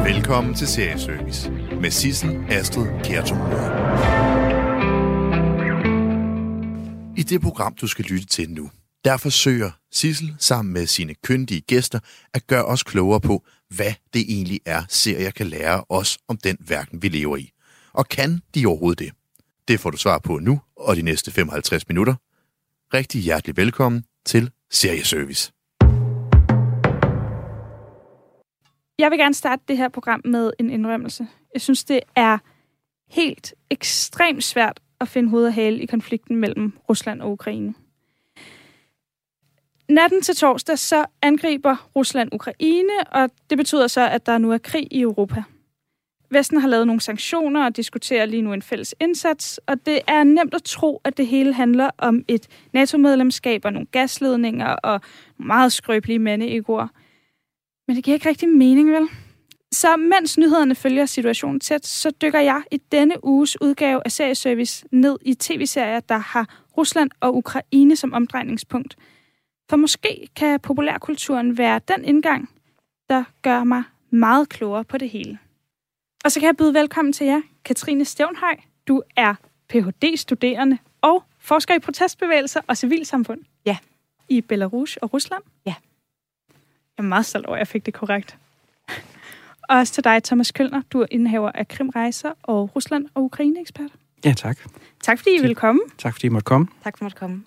Velkommen til Serieservice med Sissel Astrid Kjærtoft. I det program, du skal lytte til nu, der forsøger Sissel sammen med sine kyndige gæster at gøre os klogere på, hvad det egentlig er, serier kan lære os om den verden, vi lever i. Og kan de overhovedet det? Det får du svar på nu og de næste 55 minutter. Rigtig hjertelig velkommen til Serieservice. Jeg vil gerne starte det her program med en indrømmelse. Jeg synes, det er helt ekstremt svært at finde hoved og hale i konflikten mellem Rusland og Ukraine. Natten til torsdag så angriber Rusland Ukraine, og det betyder så, at der nu er krig i Europa. Vesten har lavet nogle sanktioner og diskuterer lige nu en fælles indsats, og det er nemt at tro, at det hele handler om et NATO-medlemskab og nogle gasledninger og meget skrøbelige mandeegoer. Men det giver ikke rigtig mening, vel? Så mens nyhederne følger situationen tæt, så dykker jeg i denne uges udgave af Serieservice ned i tv-serier, der har Rusland og Ukraine som omdrejningspunkt. For måske kan populærkulturen være den indgang, der gør mig meget klogere på det hele. Og så kan jeg byde velkommen til jer, Katrine Stævnhøj. Du er Ph.D.-studerende og forsker i protestbevægelser og civilsamfund. Ja. I Belarus og Rusland. Ja. Jeg er meget stolt over, at jeg fik det korrekt. Og også til dig, Thomas Kølner. Du er indehaver af Krimrejser og Rusland- og Ukraine-ekspert. Ja, tak. Tak fordi I ville komme. Tak fordi I måtte komme. Tak for at komme.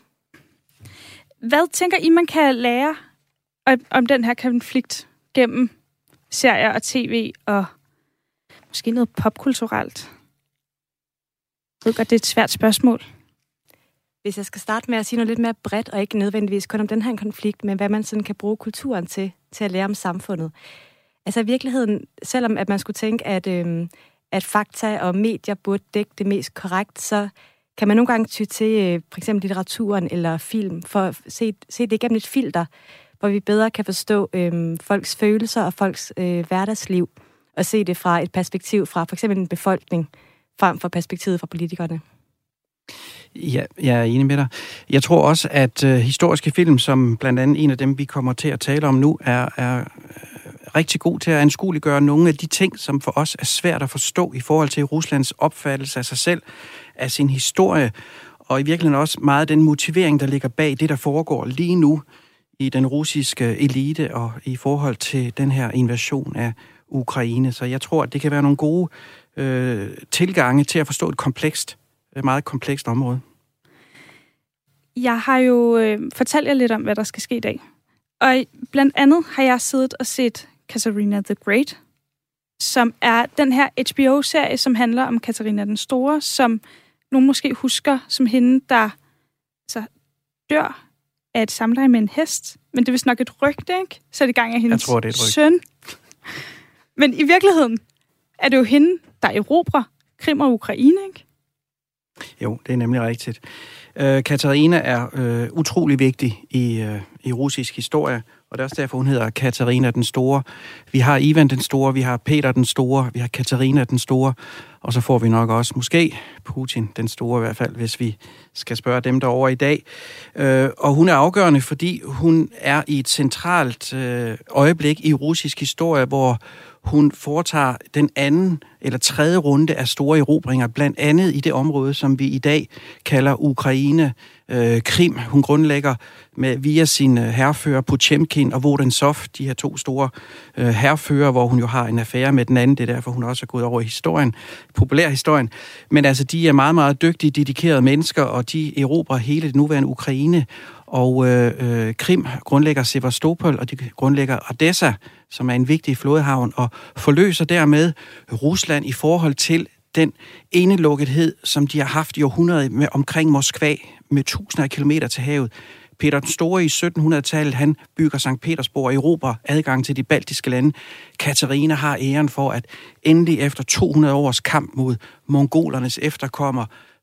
Hvad tænker I, man kan lære om den her konflikt gennem serier og tv og måske noget popkulturelt? Jeg ved godt, det er et svært spørgsmål. Hvis jeg skal starte med at sige noget lidt mere bredt, og ikke nødvendigvis kun om den her konflikt, men hvad man sådan kan bruge kulturen til at lære om samfundet. Altså i virkeligheden, selvom at man skulle tænke, at fakta og medier burde dække det mest korrekt, så kan man nogle gange ty til for eksempel litteraturen eller film, for at se det igennem et filter, hvor vi bedre kan forstå folks følelser og folks hverdagsliv, og se det fra et perspektiv fra for eksempel en befolkning, frem for perspektivet fra politikerne. Ja, jeg er enig med dig. Jeg tror også, at historiske film, som blandt andet en af dem, vi kommer til at tale om nu, er rigtig god til at anskueliggøre nogle af de ting, som for os er svært at forstå i forhold til Ruslands opfattelse af sig selv, af sin historie, og i virkeligheden også meget af den motivering, der ligger bag det, der foregår lige nu i den russiske elite og i forhold til den her invasion af Ukraine. Så jeg tror, at det kan være nogle gode tilgange til at forstå et meget komplekst område. Jeg har jo fortalt jer lidt om, hvad der skal ske i dag. Og blandt andet har jeg siddet og set Katarina the Great, som er den her HBO-serie, som handler om Katarina den Store, som nogen måske husker som hende, der så dør af et samleje med en hest. Men det er vist nok et rygte, ikke? Så er det i gang af hendes søn. Men i virkeligheden er det jo hende, der erobrer Krim og Ukraine, ikke? Jo, det er nemlig rigtigt. Katarina er utrolig vigtig i russisk historie, og det er også derfor, hun hedder Katarina den Store. Vi har Ivan den Store, vi har Peter den Store, vi har Katarina den Store, og så får vi nok også måske Putin den Store i hvert fald, hvis vi skal spørge dem derovre i dag. Og hun er afgørende, fordi hun er i et centralt øjeblik i russisk historie, hvor hun foretager den anden eller tredje runde af store erobringer, blandt andet i det område, som vi i dag kalder Ukraine, Krim. Hun grundlægger via sin hærfører Potemkin og Vorontsov, de her to store hærfører, hvor hun jo har en affære med den anden. Det er derfor, hun også er gået over i historien, populærhistorien. Men altså, de er meget, meget dygtige, dedikerede mennesker, og de erobrer hele det nuværende Ukraine. Og Krim grundlægger Sevastopol, og de grundlægger Odessa, som er en vigtig flådehavn, og forløser dermed Rusland i forhold til den indelukkethed, som de har haft i århundreder med omkring Moskva, med tusinder af kilometer til havet. Peter den Store i 1700-tallet, han bygger Sankt Petersborg og erobrer adgang til de baltiske lande. Katarina har æren for, at endelig efter 200 års kamp mod mongolernes efterkommer,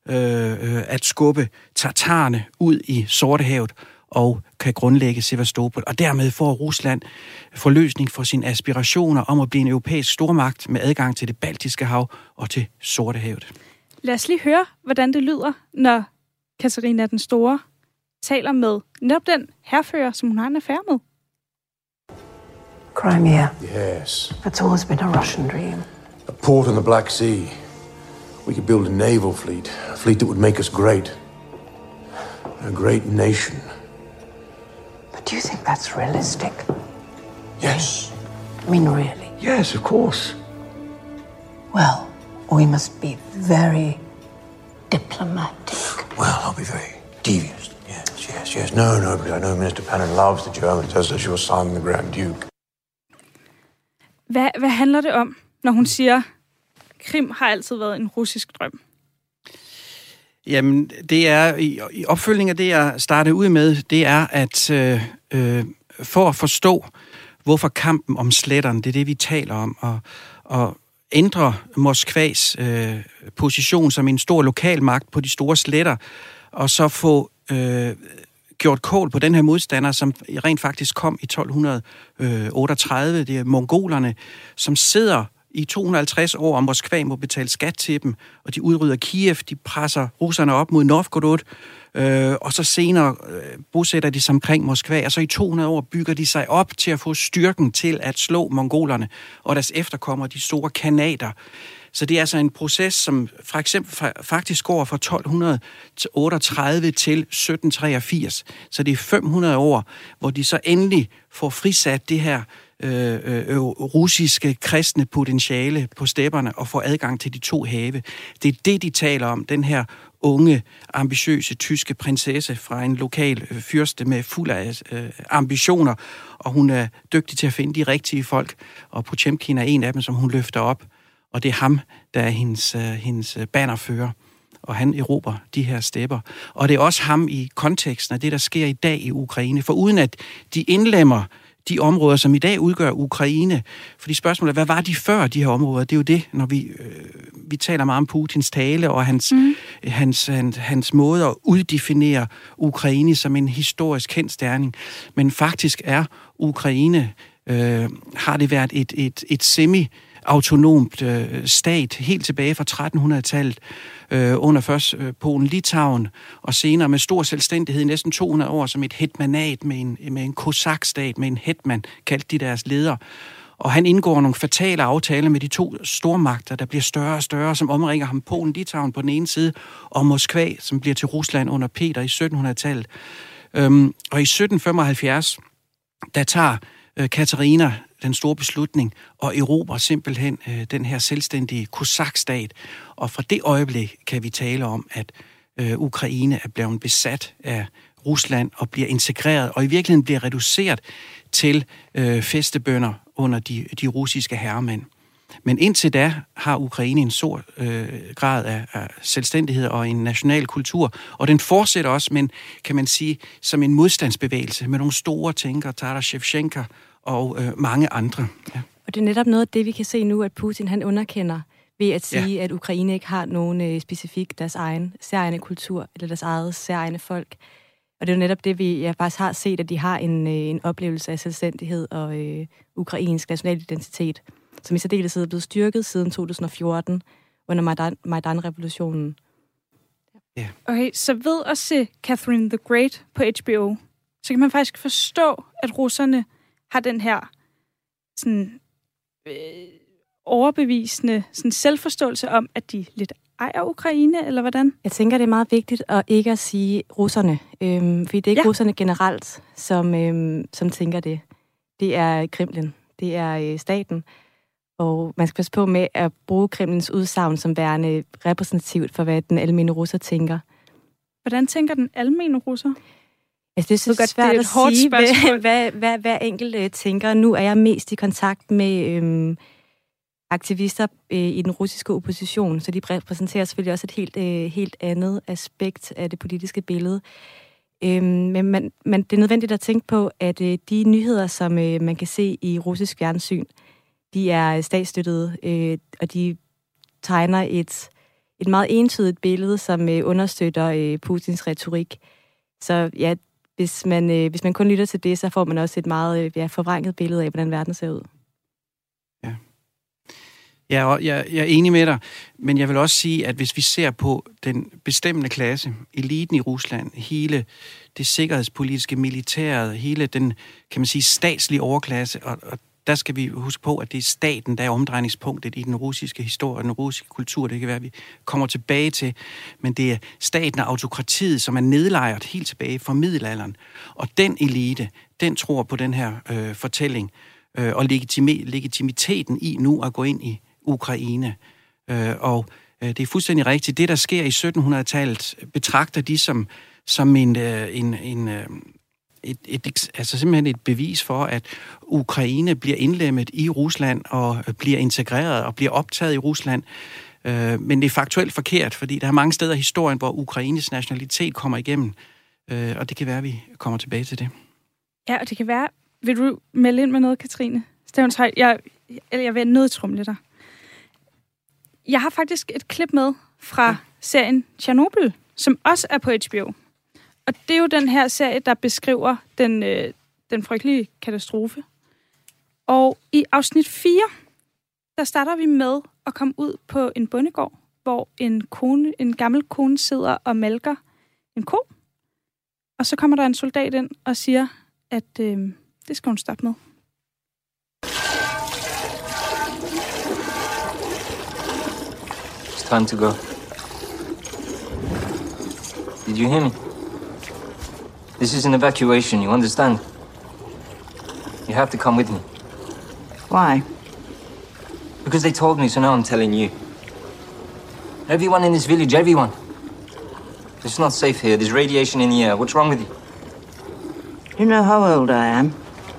at skubbe tatarerne ud i Sortehavet og kan grundlægge Sevastopol. Og dermed får Rusland forløsning for sine aspirationer om at blive en europæisk stormagt med adgang til det Baltiske Hav og til Sortehavet. Lad os lige høre, hvordan det lyder, når Katarina den Store taler med netop den hærfører, som hun har en affære med. Crimea. Yes. That's always been a Russian dream. A port on the Black Sea. We could build a naval fleet. A fleet that would make us great. A great nation. But do you think that's realistic? Yes. I mean, really? Yes, of course. Well, we must be very diplomatic. Well, I'll be very devious. Yes. No, because I know Minister Panner loves the Germans, as does your son, the Grand Duke. Hvad handler det om, når hun siger, Krim har altid været en russisk drøm? Jamen, det er i opfølgning af det, jeg startede ud med, det er, at for at forstå, hvorfor kampen om sletterne, det er det, vi taler om, og ændre Moskvas position som en stor lokalmagt på de store sletter, og så få gjort kål på den her modstander, som rent faktisk kom i 1238. Det er mongolerne, som sidder i 250 år, og Moskva må betale skat til dem, og de udrydder Kiev, de presser russerne op mod Novgorod, og så senere bosætter de sig omkring Moskva, og så i 200 år bygger de sig op til at få styrken til at slå mongolerne, og deres efterkommere, de store kanader. Så det er altså en proces, som for eksempel faktisk går fra 1238 til 1783. Så det er 500 år, hvor de så endelig får frisat det her russiske kristne potentiale på stepperne og får adgang til de to have. Det er det, de taler om, den her unge, ambitiøse tyske prinsesse fra en lokal fyrste med fuld af ambitioner, og hun er dygtig til at finde de rigtige folk, og Potemkin er en af dem, som hun løfter op, og det er ham, der er hendes bannerfører, og han erobrer de her stepper. Og det er også ham i konteksten af det, der sker i dag i Ukraine, for uden at de indlemmer de områder, som i dag udgør Ukraine. Fordi spørgsmålet er, hvad var de før, de her områder? Det er jo det, når vi taler meget om Putins tale og hans måde at uddefinere Ukraine som en historisk kendsgerning. Men faktisk er Ukraine, har det været et semi-autonomt stat helt tilbage fra 1300-tallet, under først Polen-Litauen, og senere med stor selvstændighed i næsten 200 år som et hetmanat med en kosakstat, med en hetman, kaldt de deres leder. Og han indgår nogle fatale aftaler med de to stormagter, der bliver større og større, som omringer ham. Polen-Litauen på den ene side, og Moskva, som bliver til Rusland under Peter i 1700-tallet. Og i 1775, der tager Katarina den store beslutning og erobrer simpelthen den her selvstændige kosakstat. Og fra det øjeblik kan vi tale om, at Ukraine er blevet besat af Rusland og bliver integreret, og i virkeligheden bliver reduceret til fæstebønder under de russiske herremænd. Men indtil da har Ukraine en stor grad af selvstændighed og en national kultur, og den fortsætter også, men kan man sige, som en modstandsbevægelse med nogle store tænkere, Taras Shevchenko og mange andre. Ja. Og det er netop noget af det, vi kan se nu, at Putin han underkender ved at sige, at Ukraine ikke har nogen specifik deres egen særegne kultur eller deres eget særegne folk. Og det er jo netop det, jeg faktisk har set, at de har en oplevelse af selvstændighed og ukrainsk national identitet, som i særdeleshed er blevet styrket siden 2014 under Majdan-revolutionen. Ja. Okay, så ved at se Catherine the Great på HBO, så kan man faktisk forstå, at russerne har den her sådan, overbevisende sådan selvforståelse om, at de lidt ejer Ukraine, eller hvordan? Jeg tænker, det er meget vigtigt at ikke at sige russerne, fordi det er ikke russerne generelt, som tænker det. Det er Kremlin, det er staten, og man skal passe på med at bruge Kremlins udsagn som værende repræsentativt for, hvad den almene russer tænker. Hvordan tænker den almene russer? Altså, det er så svært at sige, hvad hver enkelt tænker. Nu er jeg mest i kontakt med aktivister i den russiske opposition, så de repræsenterer selvfølgelig også et helt andet aspekt af det politiske billede. Men det er nødvendigt at tænke på, at de nyheder, som man kan se i russisk fjernsyn, de er statsstøttede, og de tegner et meget entydigt billede, som understøtter Putins retorik. Så ja, hvis man kun lytter til det, så får man også et meget forvrænget billede af, hvordan verden ser ud. Ja, og jeg er enig med dig, men jeg vil også sige, at hvis vi ser på den bestemmende klasse, eliten i Rusland, hele det sikkerhedspolitiske militæret, hele den, kan man sige, statslige overklasse, og der skal vi huske på, at det er staten, der er omdrejningspunktet i den russiske historie og den russiske kultur. Det kan være, at vi kommer tilbage til, men det er staten og autokratiet, som er nedlejret helt tilbage fra middelalderen. Og den elite, den tror på den her fortælling og legitimiteten i nu at gå ind i Ukraine. Og det er fuldstændig rigtigt. Det, der sker i 1700-tallet, betragter de som altså simpelthen et bevis for, at Ukraine bliver indlemmet i Rusland og bliver integreret og bliver optaget i Rusland. Men det er faktuelt forkert, fordi der er mange steder i historien, hvor Ukraines nationalitet kommer igennem. Og det kan være, at vi kommer tilbage til det. Ja, og det kan være... Vil du melde ind med noget, Katrine Stevnshøj? Jeg vil nødtrumle dig. Jeg har faktisk et klip med fra serien Chernobyl, som også er på HBO. Og det er jo den her serie, der beskriver den frygtelige katastrofe. Og i afsnit 4, der starter vi med at komme ud på en bondegård, hvor en gammel kone sidder og malker en ko. Og så kommer der en soldat ind og siger, at det skal hun stoppe med. It's time to go. Did you hear me? This is an evacuation, you understand? You have to come with me. Why? Because they told me, so now I'm telling you. Everyone in this village, everyone. It's not safe here. There's radiation in the air. What's wrong with you? You know how old I am?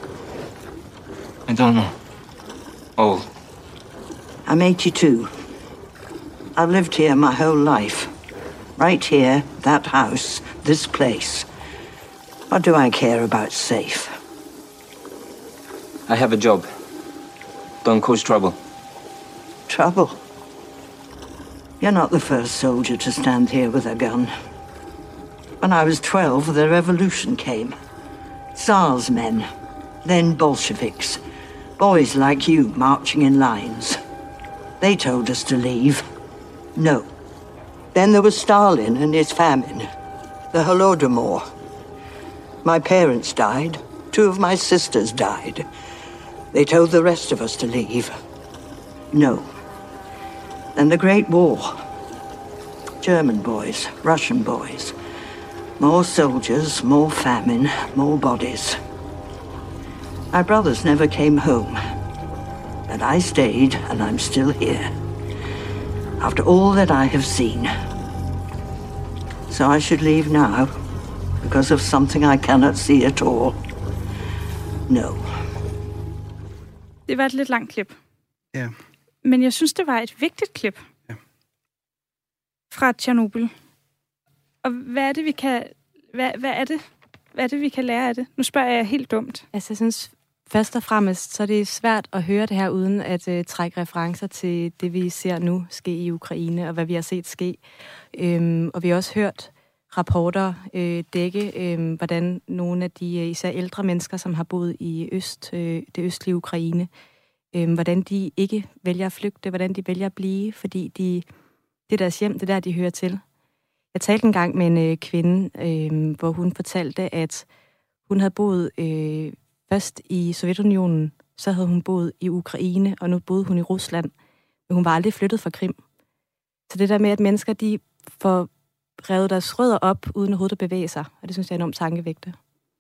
I don't know. Old. I'm 82. I've lived here my whole life. Right here, that house, this place. What do I care about safe? I have a job. Don't cause trouble. Trouble? You're not the first soldier to stand here with a gun. When I was 12, the revolution came. Tsar's men, then Bolsheviks. Boys like you marching in lines. They told us to leave. No. Then there was Stalin and his famine. The Holodomor. My parents died. 2 of my sisters died. They told the rest of us to leave. No. Then the Great War. German boys, Russian boys. More soldiers, more famine, more bodies. My brothers never came home. But I stayed, and I'm still here. After all that I have seen. So I should leave now, because of something I cannot see at all. No. Det var et lidt langt klip. Ja. Men jeg synes, det var et vigtigt klip. Ja. Fra Chernobyl. Og hvad er det, vi kan... Hvad er det, vi kan lære af det? Nu spørger jeg helt dumt. Altså, jeg synes først og fremmest, så er det svært at høre det her, uden at trække referencer til det, vi ser nu ske i Ukraine, og hvad vi har set ske. Og vi har også hørt rapporter dække, hvordan nogle af de især ældre mennesker, som har boet i det østlige Ukraine, hvordan de ikke vælger at flygte, hvordan de vælger at blive, fordi det er deres hjem, det er der, de hører til. Jeg talte engang med en kvinde, hvor hun fortalte, at hun havde boet først i Sovjetunionen, så havde hun boet i Ukraine, og nu boede hun i Rusland, men hun var aldrig flyttet fra Krim. Så det der med, at mennesker, de får revet deres rødder op, uden overhovedet at bevæge sig, og det synes jeg er enormt tankevægte.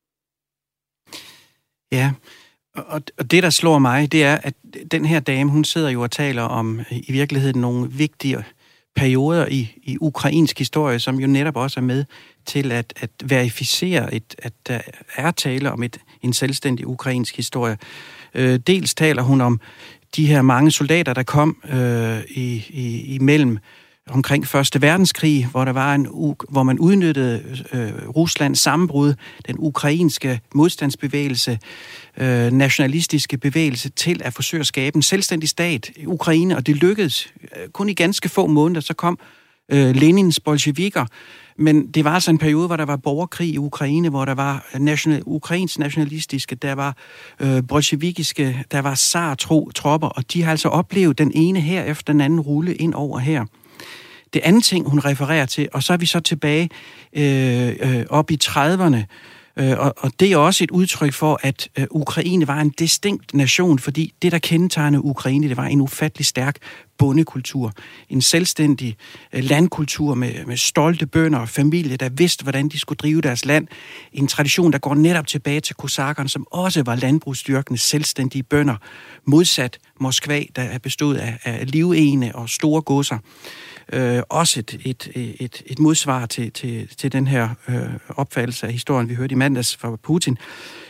Ja, og det, der slår mig, det er, at den her dame, hun sidder jo og taler om i virkeligheden nogle vigtige perioder i ukrainsk historie, som jo netop også er med til at verificere, at der er tale om en selvstændig ukrainsk historie. Dels taler hun om de her mange soldater, der kom imellem omkring 1. verdenskrig, hvor der var hvor man udnyttede Ruslands sammenbrud, den ukrainske modstandsbevægelse, nationalistiske bevægelse til at forsøge at skabe en selvstændig stat i Ukraine, og det lykkedes. Kun i ganske få måneder, så kom Lenins bolsjevikker, men det var altså en periode, hvor der var borgerkrig i Ukraine, hvor der var ukrainsk nationalistiske, der var bolsjevikiske, der var zar-tropper, og de har altså oplevet den ene her efter den anden rulle ind over her. Det andet ting, hun refererer til, og så er vi så tilbage op i 30'erne, Og det er også et udtryk for, at Ukraine var en distinkt nation, fordi det, der kendetegnede Ukraine, det var en ufattelig stærk bondekultur. En selvstændig landkultur med stolte bønder og familie, der vidste, hvordan de skulle drive deres land. En tradition, der går netop tilbage til kosakkerne, som også var landbrugsdyrkende selvstændige bønder, modsat Moskva, der bestod af livegene og store godser. Også et modsvar til den her opfattelse af historien, vi hørte i mandags fra Putin.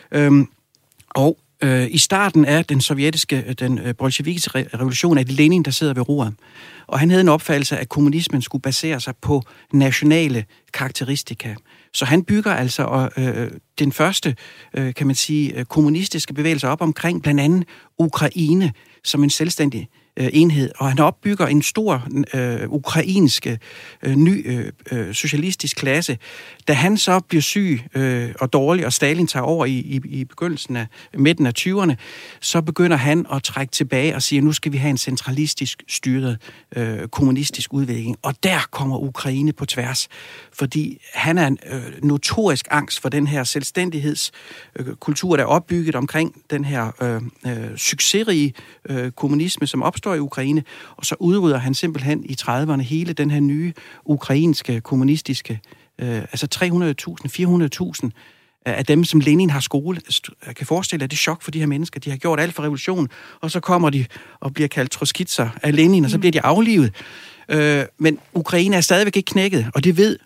I starten af den bolsjevikiske revolution er det Lenin, der sidder ved roret. Og han havde en opfattelse af, at kommunismen skulle basere sig på nationale karakteristika. Så han bygger altså den første, kan man sige, kommunistiske bevægelse op omkring blandt andet Ukraine som en selvstændig enhed, og han opbygger en stor ukrainsk ny socialistisk klasse. Da han så bliver syg og dårlig, og Stalin tager over i begyndelsen af midten af 20'erne, så begynder han at trække tilbage og siger, nu skal vi have en centralistisk styret kommunistisk udvikling. Og der kommer Ukraine på tværs, fordi han er notorisk angst for den her selvstændighedskultur, der er opbygget omkring den her succesrige kommunisme, som opstår i Ukraine, og så udrydder han simpelthen i 30'erne hele den her nye ukrainske kommunistiske, altså 300.000, 400.000 af dem, som Lenin har skole. Jeg kan forestille dig, det er chok for de her mennesker. De har gjort alt for revolutionen, og så kommer de og bliver kaldt troskitser af Lenin, og så bliver de aflivet. Men Ukraine er stadigvæk ikke knækket, og det ved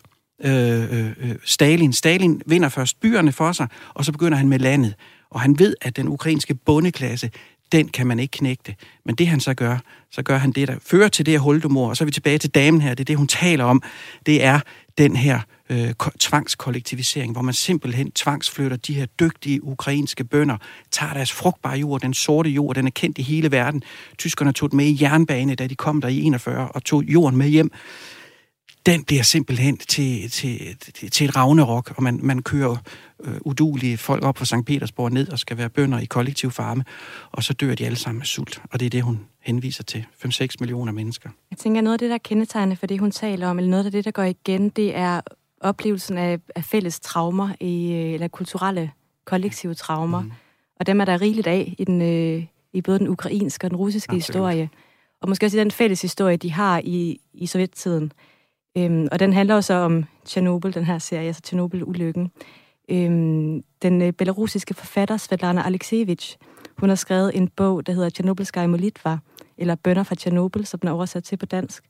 Stalin. Stalin vinder først byerne for sig, og så begynder han med landet. Og han ved, at den ukrainske bondeklasse, den kan man ikke knægte. Men det han så gør han det, der fører til det her holodomor. Og så er vi tilbage til damen her, det er det, hun taler om. Det er den her tvangskollektivisering, hvor man simpelthen tvangsflytter de her dygtige ukrainske bønder, tager deres frugtbare jord, den sorte jord, den er kendt i hele verden. Tyskerne tog det med i jernbane, da de kom der i 41 og tog jorden med hjem. Den bliver simpelthen til et ragnarok, og man kører uduelige folk op fra Sankt Petersborg ned og skal være bønder i kollektiv farme, og så dør de alle sammen med sult. Og det er det, hun henviser til. 5-6 millioner mennesker. Jeg tænker, noget af det, der er kendetegnende for det, hun taler om, eller noget af det, der går igen, det er oplevelsen af fælles traumer, eller kulturelle kollektive traumer. Mm. Og dem er der rigeligt af i både den ukrainske og den russiske historie. Og måske også i den fælles historie, de har i sovjettiden. Og den handler også om Tjernobyl, den her serie, altså Tjernobyl-ulykken. Den belarusiske forfatter Svetlana Aleksejevich, hun har skrevet en bog, der hedder Tjernobylskaya molitva, eller Bønner fra Tjernobyl, som den er oversat til på dansk.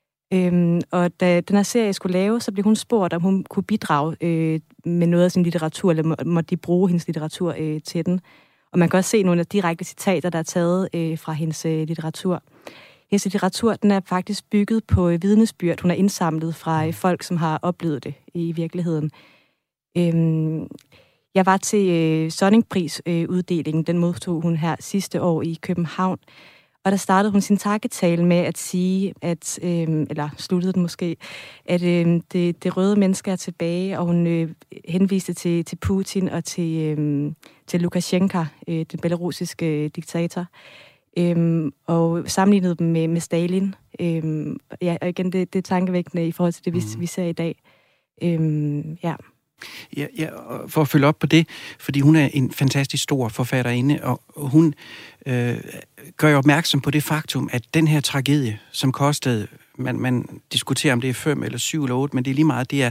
Og da den her serie skulle lave, så blev hun spurgt, om hun kunne bidrage med noget af sin litteratur, eller måtte de bruge hendes litteratur til den. Og man kan også se nogle af direkte citater, der er taget fra hendes litteratur. Hendes litteratur, den er faktisk bygget på vidnesbyrd. Hun er indsamlet fra folk, som har oplevet det i virkeligheden. Jeg var til Sonningpris-uddelingen, den modtog hun her sidste år i København. Og der startede hun sin takketale med at sige, eller sluttede den måske, at det røde menneske er tilbage, og hun henviste til Putin og til Lukasjenko, den belarusiske diktator. Og sammenlignede dem med Stalin. Og igen, det er tankevækkende i forhold til det, vi ser i dag. Ja, for at følge op på det, fordi hun er en fantastisk stor forfatterinde, og hun gør jo opmærksom på det faktum, at den her tragedie, som kostede, man diskuterer om det er 5 eller 7 eller 8, men det er lige meget, det er,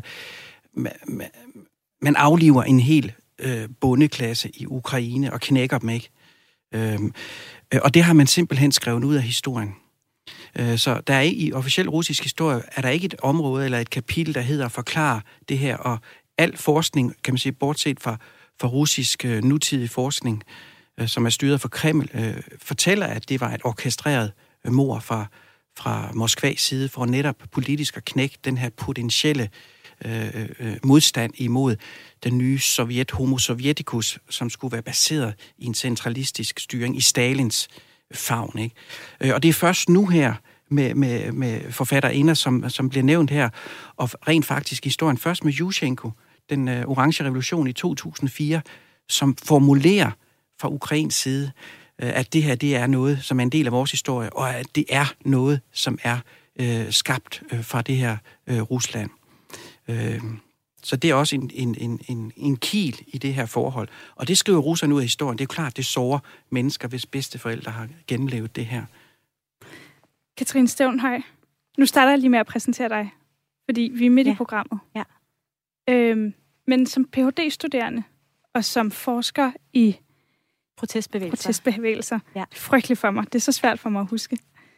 man afliver en hel bondeklasse i Ukraine og knækker dem ikke. Og det har man simpelthen skrevet ud af historien. Så der er ikke, i officiel russisk historie, er der ikke et område eller et kapitel, der hedder forklare det her, og al forskning, kan man sige, bortset fra russisk nutidig forskning, som er styret fra Kreml, fortæller, at det var et orkestreret mord fra Moskvas side, for netop politisk at knække den her potentielle modstand imod den nye Homo sovjeticus, som skulle være baseret i en centralistisk styring i Stalins favn. Ikke? Og det er først nu her, med forfatterinder, som bliver nævnt her, og rent faktisk historien først med Yushchenko, den orange revolution i 2004, som formulerer fra Ukrains side, at det her, det er noget, som er en del af vores historie, og at det er noget, som er skabt fra det her Rusland. Så det er også en kil i det her forhold. Og det skriver russerne ud af historien. Det er klart, det sårer mennesker, hvis bedsteforældre har gennemlevet det her. Katrine Stævnhøj, nu starter jeg lige med at præsentere dig, fordi vi er midt i programmet. Ja. Men som Ph.D.-studerende og som forsker i protestbevægelser. Ja. Det er frygteligt for mig. Det er så svært for mig at huske.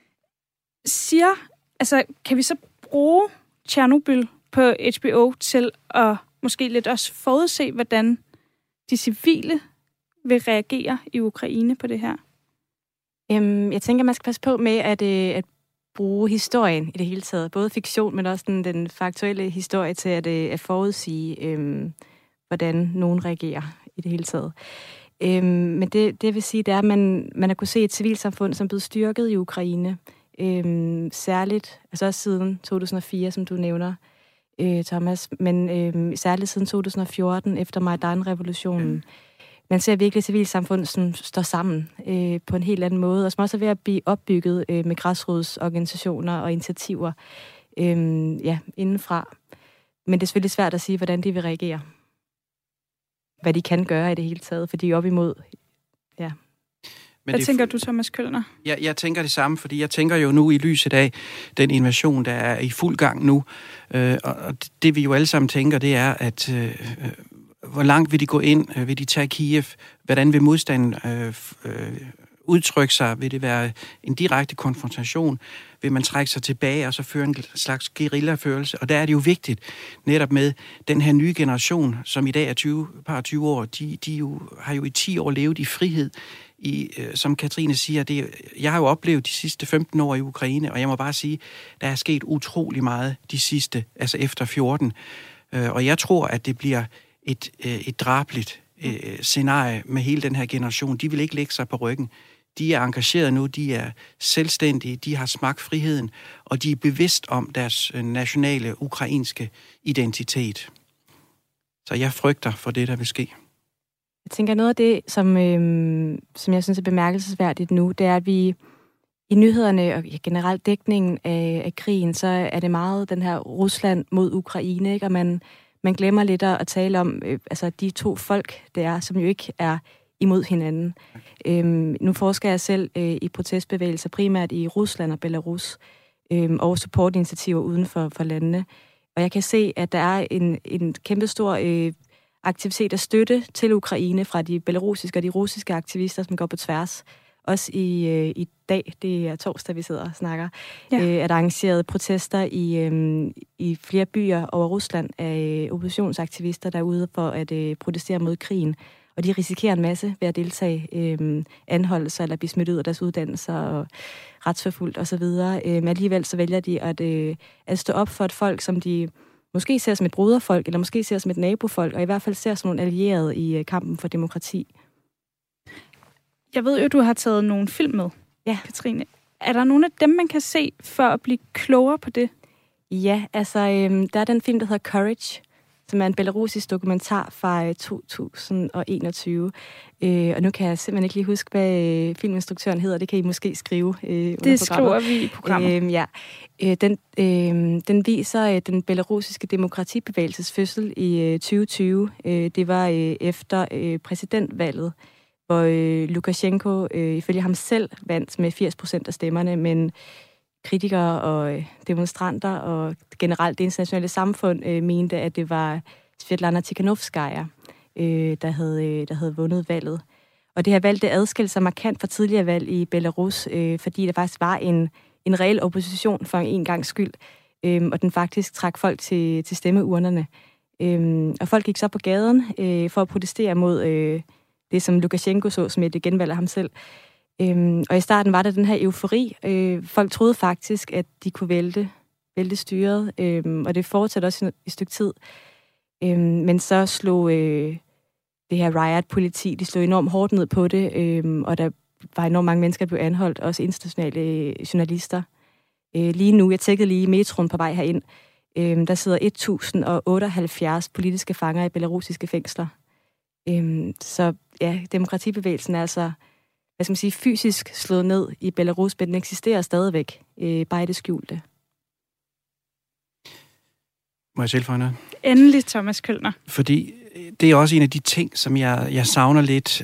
Kan vi så bruge Tjernobyl på HBO til at måske lidt også forudse, hvordan de civile vil reagere i Ukraine på det her? Jeg tænker, man skal passe på med at bruge historien i det hele taget. Både fiktion, men også den faktuelle historie til at forudsige, hvordan nogen reagerer i det hele taget. Men det vil sige, det er, at man har kunnet se et civilsamfund, som er blevet styrket i Ukraine. Særligt, altså også siden 2004, som du nævner, Thomas, men særligt siden 2014, efter Majdan-revolutionen. Man ser virkelig et civilsamfund, som står sammen på en helt anden måde, og som også er ved at blive opbygget med græsrodsorganisationer og initiativer indenfra. Men det er selvfølgelig svært at sige, hvordan de vil reagere. Hvad de kan gøre i det hele taget, for de er op imod. Ja. Hvad tænker du, Thomas Kølner? Jeg tænker det samme, fordi jeg tænker jo nu i lyset af den invasion, der er i fuld gang nu. Og det vi jo alle sammen tænker, det er, at hvor langt vil de gå ind? Vil de tage Kiev? Hvordan vil modstanden udtrykke sig? Vil det være en direkte konfrontation? Vil man trække sig tilbage og så føre en slags guerillaførelse? Og der er det jo vigtigt, netop med den her nye generation, som i dag er 20 år, de har jo i 10 år levet i frihed. Som Katrine siger, jeg har jo oplevet de sidste 15 år i Ukraine, og jeg må bare sige, der er sket utrolig meget de sidste, altså efter 14. Og jeg tror, at det bliver et drabligt scenarie med hele den her generation. De vil ikke lægge sig på ryggen. De er engageret nu, de er selvstændige, de har smagt friheden, og de er bevidst om deres nationale ukrainske identitet. Så jeg frygter for det, der vil ske. Jeg tænker, noget af det, som jeg synes er bemærkelsesværdigt nu, det er, at vi i nyhederne og generelt dækningen af krigen, så er det meget den her Rusland mod Ukraine, ikke? Og man glemmer lidt at tale om de to folk, det er, som jo ikke er imod hinanden. Nu forsker jeg selv i protestbevægelser, primært i Rusland og Belarus, og supportinitiativer uden for landene. Og jeg kan se, at der er en kæmpestor aktivitet og støtte til Ukraine fra de belarusiske og de russiske aktivister, som går på tværs. Også i dag, det er torsdag, vi sidder og snakker, at der arrangeret protester i flere byer over Rusland af oppositionsaktivister, der er ude for at protestere mod krigen. Og de risikerer en masse ved at deltage, anholdelser eller blive smidt ud af deres uddannelser og retsforfulgt osv. Men alligevel så vælger de at stå op for et folk, som de måske ser som et broderfolk, eller måske ser som et nabofolk, og i hvert fald ser som nogle allierede i kampen for demokrati. Jeg ved jo, du har taget nogle film med, Katrine. Er der nogle af dem, man kan se for at blive klogere på det? Ja, der er den film, der hedder Courage, som er en belarusisk dokumentar fra 2021. Og nu kan jeg simpelthen ikke lige huske, hvad filminstruktøren hedder. Det kan I måske skrive det skriver vi i programmet. Den viser den belarusiske demokratibevægelses fødsel i 2020. Det var efter præsidentvalget, hvor Lukashenko ifølge ham selv vandt med 80% af stemmerne, men kritikere og demonstranter og generelt det internationale samfund mente, at det var Svetlana Tikhanovskaya, der havde vundet valget. Og det her valg, det adskilte sig markant fra tidligere valg i Belarus, fordi der faktisk var en reel opposition for en gangs skyld, og den faktisk trak folk til stemmeurnerne. Og folk gik så på gaden for at protestere mod det, som Lukashenko så som et genvalg af ham selv. Og i starten var der den her eufori. Folk troede faktisk, at de kunne vælte styret, og det fortsatte også et stykke tid. Men så slog det her riot-politi, de slog enormt hårdt ned på det, og der var enormt mange mennesker, der blev anholdt, også internationale journalister. Lige nu, jeg tjekkede lige metroen på vej herind, der sidder 1078 politiske fanger i belarusiske fængsler. Så ja, demokratibevægelsen er altså, hvad skal man sige, fysisk slået ned i Belarus, men den eksisterer stadigvæk, bare i det skjulte. Må jeg tilføje noget? Endelig, Thomas Kølner. Fordi det er også en af de ting, som jeg savner lidt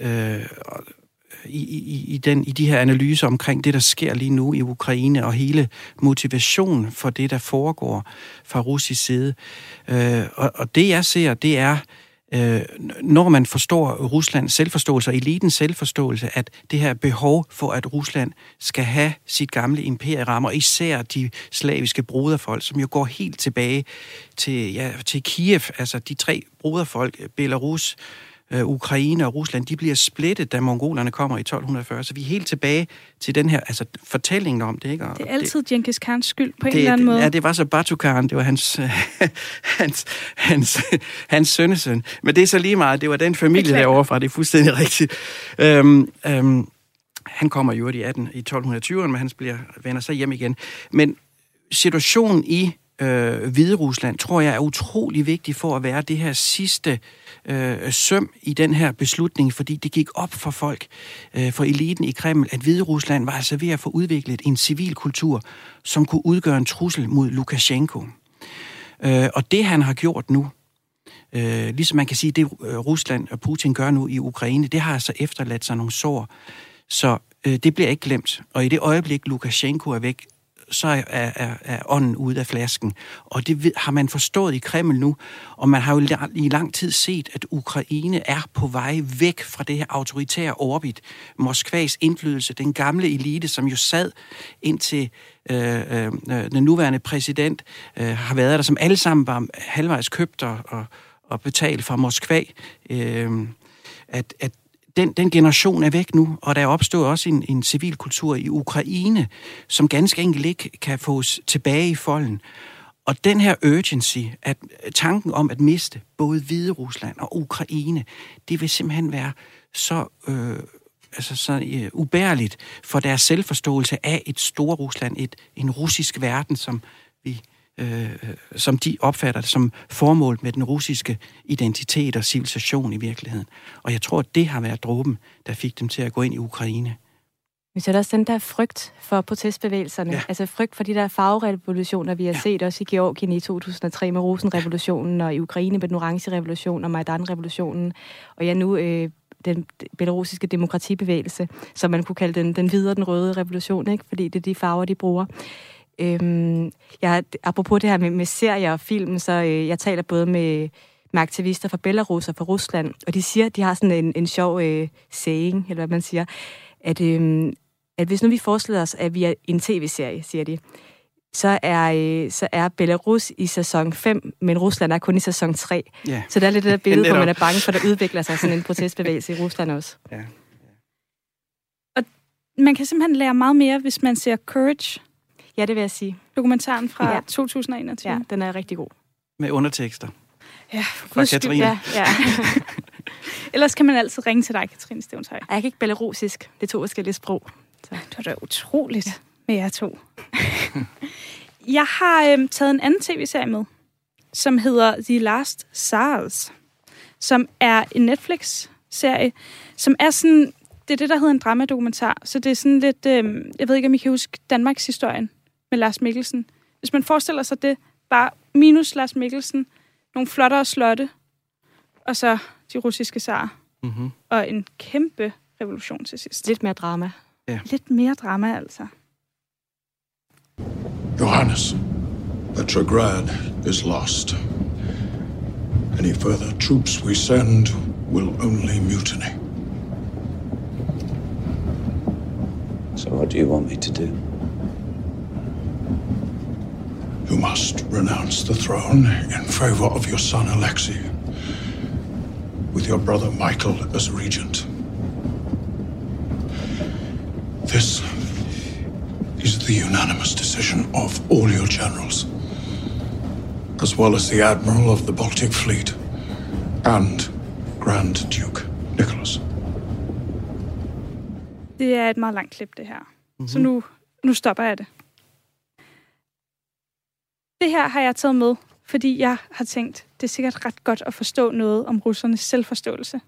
i de her analyser omkring det, der sker lige nu i Ukraine, og hele motivationen for det, der foregår fra russisk side. Og det, jeg ser, det er, når man forstår Ruslands selvforståelse og elitens selvforståelse, at det her behov for, at Rusland skal have sit gamle imperierammer, især de slaviske broderfolk, som jo går helt tilbage til Kiev, altså de 3 broderfolk, Belarus, Ukraine og Rusland, de bliver splittet, da mongolerne kommer i 1240. Så vi er helt tilbage til den her, altså fortællingen om det, ikke? Og det er altid Djengis Khans skyld på en eller anden måde. Ja, det var så Batu-Khan, det var hans sønnesøn. Men det er så lige meget, det var den familie derovre fra, det er fuldstændig rigtigt. Han kommer jo i 1220'erne, men han vender sig hjem igen. Men situationen i Hvide Rusland, tror jeg, er utrolig vigtig for at være det her sidste søm i den her beslutning, fordi det gik op for folk, for eliten i Kreml, at Hvide Rusland var altså ved at få udviklet en civil kultur, som kunne udgøre en trussel mod Lukashenko. Og det, han har gjort nu, ligesom man kan sige, det Rusland og Putin gør nu i Ukraine, det har altså efterladt sig nogle sår. Så det bliver ikke glemt. Og i det øjeblik, Lukashenko er væk, så er ånden ude af flasken. Og det har man forstået i Kreml nu, og man har jo i lang tid set, at Ukraine er på vej væk fra det her autoritære orbit. Moskvas indflydelse, den gamle elite, som jo sad indtil den nuværende præsident har været der, som alle sammen var halvvejs købt og betalt fra Moskva, at den generation er væk nu, og der er opstået også en civil kultur i Ukraine, som ganske enkelt ikke kan fås tilbage i folden. Og den her urgency, at tanken om at miste både Hvide Rusland og Ukraine, det vil simpelthen være så ubærligt for deres selvforståelse af et store Rusland, en russisk verden, som de opfatter det som formål med den russiske identitet og civilisation i virkeligheden. Og jeg tror, at det har været dråben, der fik dem til at gå ind i Ukraine. Men så er der også den der frygt for protestbevægelserne. Ja. Altså frygt for de der farverevolutioner, vi har set også i Georgien i 2003 med Rosenrevolutionen, og i Ukraine med den orange revolution og Majdan-revolutionen. Og ja, nu den belarusiske demokratibevægelse, som man kunne kalde den hvide og den røde revolution, ikke? Fordi det er de farver, de bruger. Apropos det her med serier og film, så jeg taler både med aktivister fra Belarus og fra Rusland, og de siger, at de har sådan en sjov saying, eller hvad man siger, at hvis nu vi forestiller os, at vi er en tv-serie, siger de, så er Belarus i sæson 5, men Rusland er kun i sæson 3. Yeah. Så der er lidt det der billede, hvor man er bange for, at der udvikler sig sådan en protestbevægelse i Rusland også. Yeah. Og man kan simpelthen lære meget mere, hvis man ser Courage. Ja, det vil jeg sige. Dokumentaren fra 2021. Ja, den er rigtig god. Med undertekster. Ja, fra Katrine. Ja. Ellers kan man altid ringe til dig, Katrine Stevnshøj. Jeg kan ikke belarusisk. Det er 2 forskellige sprog. Så. Det var da utroligt med jer 2. Jeg har taget en anden tv-serie med, som hedder The Last Tsars, som er en Netflix-serie, som er sådan... Det er det, der hedder en dramadokumentar. Så det er sådan lidt... jeg ved ikke, om I kan huske Danmarks historien med Lars Mikkelsen. Hvis man forestiller sig det, bare minus Lars Mikkelsen, nogle flottere slotte, og så de russiske zarer. Mm-hmm. Og en kæmpe revolution til sidst. Lidt mere drama. Ja. Lidt mere drama, altså. Johannes, Petrograd is lost. Any further troops we send will only mutiny. So what do you want me to do? You must renounce the throne in favor of your son Alexei, with your brother Michael as regent. This is the unanimous decision of all your generals, as well as the Admiral of the Baltic Fleet and Grand Duke Nicholas. Det er et meget langt klip, det her. Mm-hmm. Så nu stopper jeg det. Det her har jeg taget med, fordi jeg har tænkt, det er sikkert ret godt at forstå noget om russernes selvforståelse.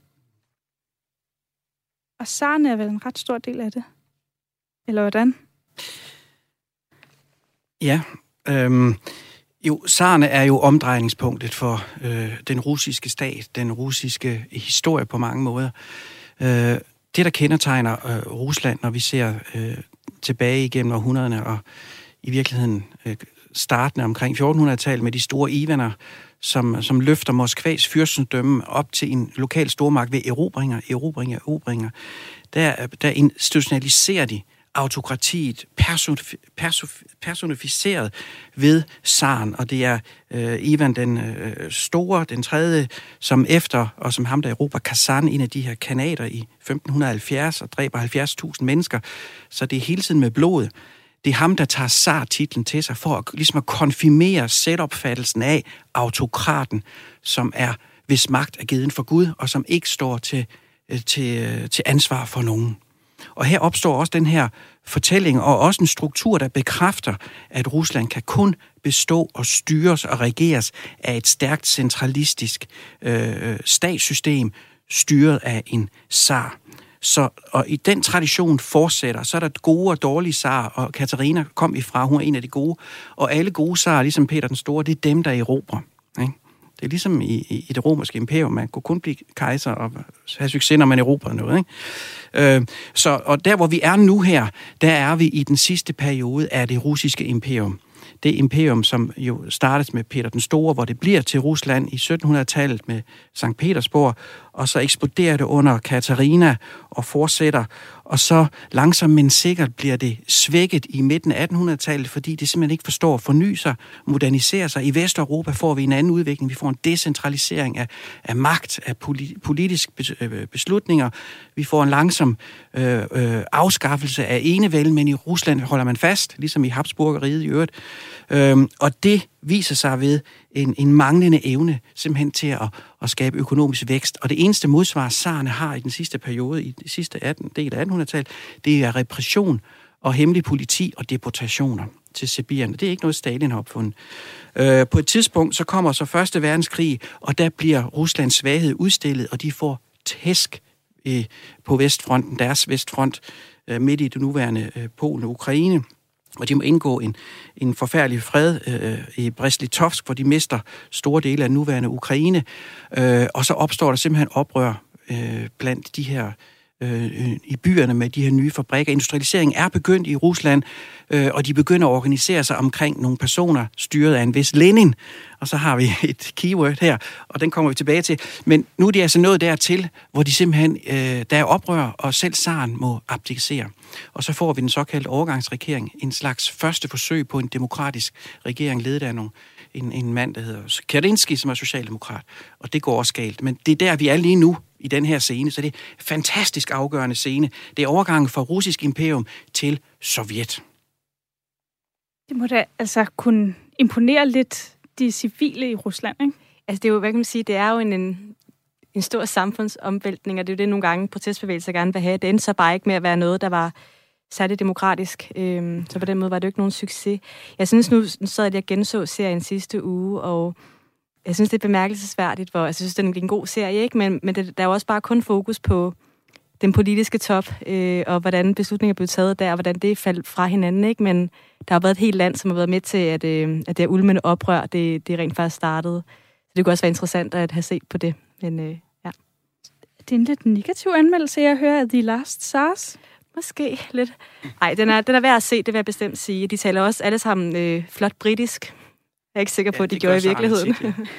Og tsaren er vel en ret stor del af det. Eller hvordan? Ja, Jo, zarerne er jo omdrejningspunktet for den russiske stat, den russiske historie på mange måder. Det, der kendetegner Rusland, når vi ser tilbage igennem århundrederne, og i virkeligheden startende omkring 1400-tallet med de store ivaner, som løfter Moskvas fyrstendømme op til en lokal stormagt ved erobringer. Der institutionaliserer de autokratiet personificeret ved zaren, og det er Ivan den store, den tredje, som efter, og som ham der Europa Kazan, en af de her kanater i 1570 og dræber 70.000 mennesker, så det er hele tiden med blod. Det er ham, der tager zar-titlen til sig for ligesom at konfirmere selvopfattelsen af autokraten, som er, hvis magt er givet for Gud, og som ikke står til ansvar for nogen. Og her opstår også den her fortælling, og også en struktur, der bekræfter, at Rusland kan kun bestå og styres og regeres af et stærkt centralistisk statssystem, styret af en zar. Og i den tradition fortsætter, så er der gode og dårlige zarer, og Katarina kom ifra, hun er en af de gode, og alle gode zarer, ligesom Peter den Store, det er dem, der erobrer. Ikke? Det er ligesom i det romerske imperium, man kunne kun blive kejser og have succes, når man erobrede noget. Ikke? Og der, hvor vi er nu her, der er vi i den sidste periode af det russiske imperium. Det imperium, som jo startes med Peter den Store, hvor det bliver til Rusland i 1700-tallet med Sankt Petersborg, og så eksploderer det under Katarina og fortsætter, og så langsomt, men sikkert bliver det svækket i midten af 1800-tallet, fordi det simpelthen ikke forstår at forny sig, modernisere sig. I Vesteuropa får vi en anden udvikling. Vi får en decentralisering af magt, af politiske beslutninger. Vi får en langsom afskaffelse af enevælden, men i Rusland holder man fast, ligesom i Habsburgeriget i øvrigt. Og det viser sig ved en manglende evne simpelthen til at skabe økonomisk vækst. Og det eneste modsvar, zarerne har i den sidste periode, i den sidste del af 1800-tallet, det er repression og hemmelig politi og deportationer til Sibirien. Det er ikke noget, Stalin har opfundet. På et tidspunkt, så kommer så Første Verdenskrig, og der bliver Ruslands svaghed udstillet, og de får tæsk på vestfronten, deres vestfront, midt i det nuværende Polen og Ukraine. Og de må indgå en forfærdelig fred i Brest-Litovsk, hvor de mister store dele af nuværende Ukraine. Og så opstår der simpelthen oprør blandt de her i byerne med de her nye fabrikker. Industrialiseringen er begyndt i Rusland, og de begynder at organisere sig omkring nogle personer, styret af en vis Lenin. Og så har vi et keyword her, og den kommer vi tilbage til. Men nu er de altså nået dertil, hvor de simpelthen, der er oprør, og selv zaren må abdicere. Og så får vi den såkaldte overgangsregering, en slags første forsøg på en demokratisk regering, ledet af en mand, der hedder Kerensky, som er socialdemokrat. Og det går også galt. Men det er der, vi er lige nu i den her scene, så det er en fantastisk afgørende scene. Det er overgangen fra russisk imperium til Sovjet. Det må da altså kunne imponere lidt de civile i Rusland, ikke? Altså det er jo, hvad kan man sige, det er jo en stor samfundsomvæltning, og det er jo det, nogle gange protestbevægelser gerne vil have. Det endte så bare ikke med at være noget, der var særligt demokratisk. Så på den måde var det jo ikke nogen succes. Jeg synes, nu sad jeg og genså serien sidste uge, og jeg synes, det er bemærkelsesværdigt, hvor jeg synes, det er en god serie, ikke? Men der er jo også bare kun fokus på den politiske top, og hvordan beslutninger blev taget der, og hvordan det faldt fra hinanden, ikke? Men der har været et helt land, som har været med til, at det her ulmende oprør, det rent faktisk startede. Så det kunne også være interessant at have set på det. Men ja. Det er en lidt negativ anmeldelse, jeg hører af The Last Tsars. Måske lidt. Nej, den er værd at se, det vil jeg bestemt sige. De taler også alle sammen flot britisk. Jeg er ikke sikker på, at de gjorde i virkeligheden.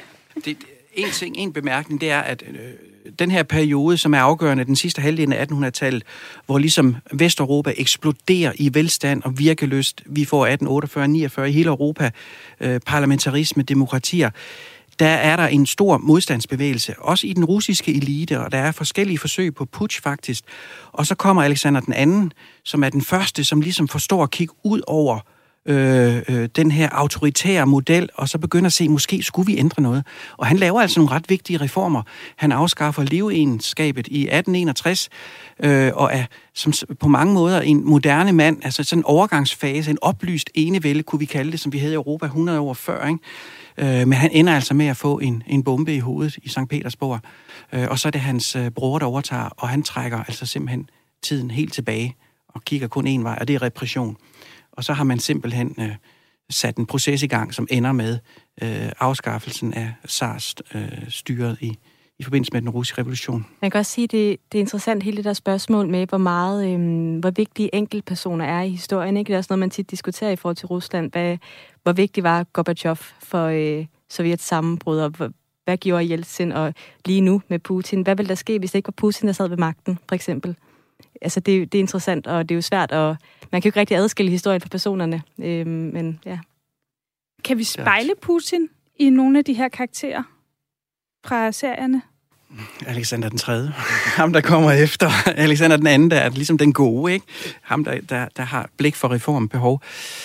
En bemærkning, det er, at den her periode, som er afgørende, den sidste halvdel af 1800-tallet, hvor ligesom Vesteuropa eksploderer i velstand og virkelyst, vi får 1848-49 i hele Europa, parlamentarisme, demokratier, der er der en stor modstandsbevægelse, også i den russiske elite, og der er forskellige forsøg på putsch faktisk. Og så kommer Alexander den anden, som er den første, som ligesom forstår at kigge ud over den her autoritære model, og så begynder at se, måske skulle vi ændre noget. Og han laver altså nogle ret vigtige reformer. Han afskaffer livegenskabet i 1861, og er som på mange måder en moderne mand, altså sådan en overgangsfase, en oplyst enevælde, kunne vi kalde det, som vi havde i Europa 100 år før, ikke? Men han ender altså med at få en bombe i hovedet i Sankt Petersborg, og så er det hans bror, der overtager, og han trækker altså simpelthen tiden helt tilbage, og kigger kun én vej, og det er repression. Og så har man simpelthen sat en proces i gang, som ender med afskaffelsen af SARS-styret i forbindelse med den russiske revolution. Man kan også sige, at det er interessant hele det der spørgsmål med, hvor vigtige enkeltpersoner er i historien. Ikke? Det er også noget, man tit diskuterer i forhold til Rusland. Hvor vigtig var Gorbachev for Sovjets sammenbrud, og hvad gjorde Jeltsin, og lige nu med Putin? Hvad ville der ske, hvis det ikke var Putin, der sad ved magten, for eksempel? Altså, det er interessant, og det er jo svært, og man kan jo ikke rigtig adskille historien fra personerne. Men ja. Kan vi spejle Putin i nogle af de her karakterer fra serierne? Alexander den 3. Ham, der kommer efter. Alexander den 2. der er ligesom den gode, ikke? Ham, der har blik for reformbehov.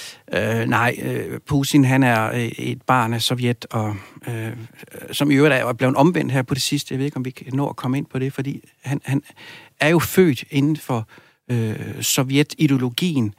Putin, han er et barn af Sovjet, og som i øvrigt er blevet omvendt her på det sidste. Jeg ved ikke, om vi kan nå at komme ind på det, fordi han er jo født inden for Sovjet-ideologien,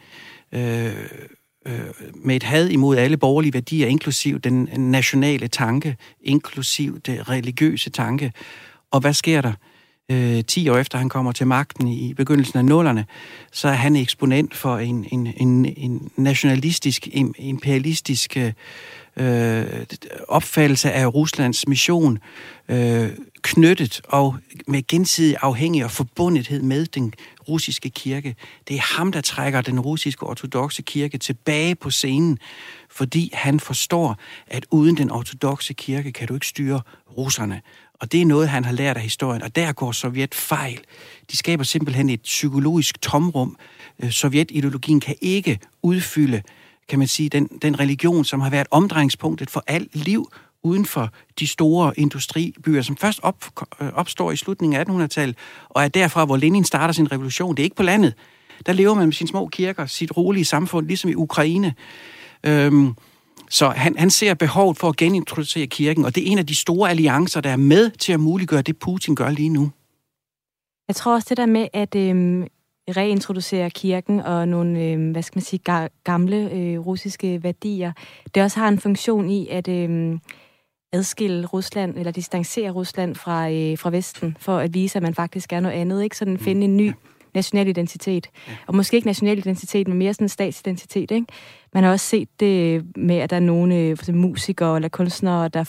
med et had imod alle borgerlige værdier, inklusiv den nationale tanke, inklusiv det religiøse tanke. Og hvad sker der? 10 år efter han kommer til magten i begyndelsen af 00'erne, så er han eksponent for en nationalistisk, imperialistisk opfattelse af Ruslands mission, knyttet og med gensidig afhængig og forbundethed med den russiske kirke. Det er ham, der trækker den russiske ortodokse kirke tilbage på scenen, fordi han forstår, at uden den ortodokse kirke kan du ikke styre russerne. Og det er noget, han har lært af historien, og der går Sovjet fejl. De skaber simpelthen et psykologisk tomrum. Sovjetideologien kan ikke udfylde, kan man sige, den religion, som har været omdrejningspunktet for alt liv uden for de store industribyer, som først opstår i slutningen af 1800-tallet, og er derfra, hvor Lenin starter sin revolution. Det er ikke på landet. Der lever man med sine små kirker, sit rolige samfund, ligesom i Ukraine. Så han ser behovet for at genintroducere kirken, og det er en af de store alliancer, der er med til at muliggøre det, Putin gør lige nu. Jeg tror også det der med at reintroducere kirken og nogle, gamle russiske værdier, det også har en funktion i at adskille Rusland, eller distancere Rusland fra Vesten, for at vise, at man faktisk er noget andet, ikke? Sådan finde en ny national identitet. Og måske ikke national identitet, men mere sådan en statsidentitet, ikke? Man har også set det med, at der er nogle musikere eller kunstnere, der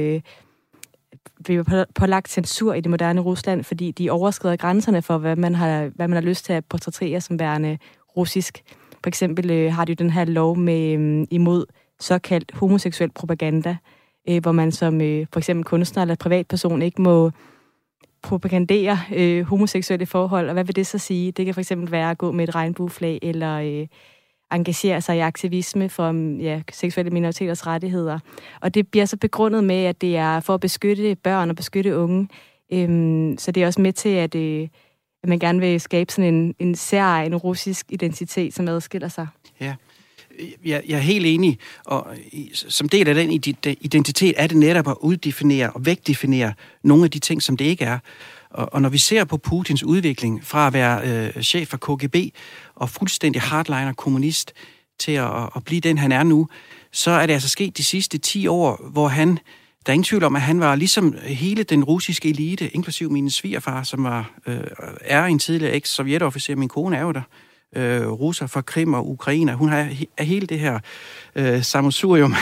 bliver pålagt censur i det moderne Rusland, fordi de overskrider grænserne for, hvad man har lyst til at portrættere som værende russisk. For eksempel har de jo den her lov med imod såkaldt homoseksuel propaganda, hvor man som for eksempel kunstner eller privatperson ikke må propagandere homoseksuelle forhold. Og hvad vil det så sige? Det kan for eksempel være at gå med et regnbueflag eller engagere sig i aktivisme for seksuelle minoriteters rettigheder. Og det bliver så begrundet med, at det er for at beskytte børn og beskytte unge. Så det er også med til, at man gerne vil skabe sådan en særegen russisk identitet, som adskiller sig. Ja. Jeg er helt enig, og som del af den identitet er det netop at uddefinere og vægtdefinere nogle af de ting, som det ikke er. Og når vi ser på Putins udvikling fra at være chef for KGB og fuldstændig hardliner kommunist til at blive den, han er nu, så er det altså sket de sidste 10 år, hvor der er ingen tvivl om, at han var ligesom hele den russiske elite, inklusiv min svigerfar, som er en tidligere eks-sovjetofficer. Min kone er jo der. Russer fra Krim og Ukraine. Hun har hele det her sammensurium.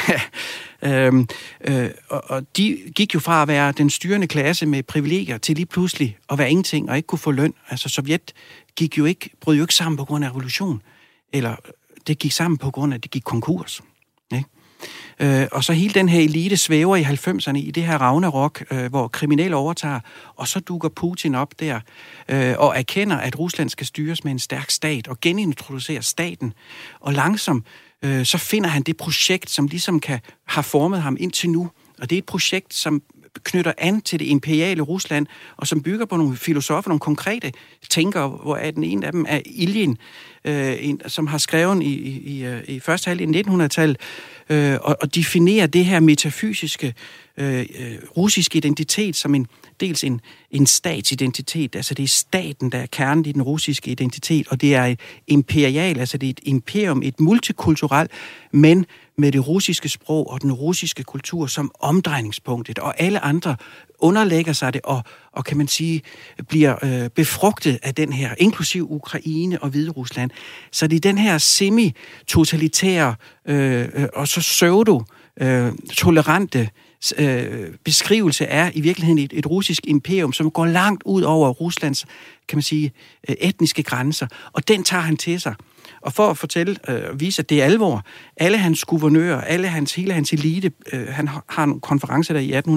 Og de gik jo fra at være den styrende klasse med privilegier til lige pludselig at være ingenting og ikke kunne få løn. Altså Sovjet brød jo ikke sammen på grund af revolution. Eller det gik sammen på grund af, at det gik konkurs. Ikke? Og så hele den her elite svæver i 90'erne i det her Ragnarok, hvor kriminelle overtager, og så dukker Putin op der og erkender, at Rusland skal styres med en stærk stat og genintroducere staten. Og langsomt så finder han det projekt, som ligesom har formet ham indtil nu. Og det er et projekt, som knytter an til det imperiale Rusland, og som bygger på nogle filosofer, nogle konkrete tænkere, hvor den ene af dem er Ilyin, som har skrevet i første halvdel af 1900-tallet, og definerer det her metafysiske russiske identitet som dels en statsidentitet, altså det er staten, der er kernen i den russiske identitet, og det er imperial, altså det er et imperium, et multikulturelt, men med det russiske sprog og den russiske kultur som omdrejningspunktet, og alle andre underlægger sig det og kan man sige, bliver befrugtet af den her, inklusiv Ukraine og Hviderusland. Så det er den her semi-totalitære og så pseudo-tolerante beskrivelse er i virkeligheden et russisk imperium, som går langt ud over Ruslands, kan man sige, etniske grænser, og den tager han til sig. Og for at fortælle og vise, at det er alvor, alle hans guvernører, hele hans elite, han har en konference der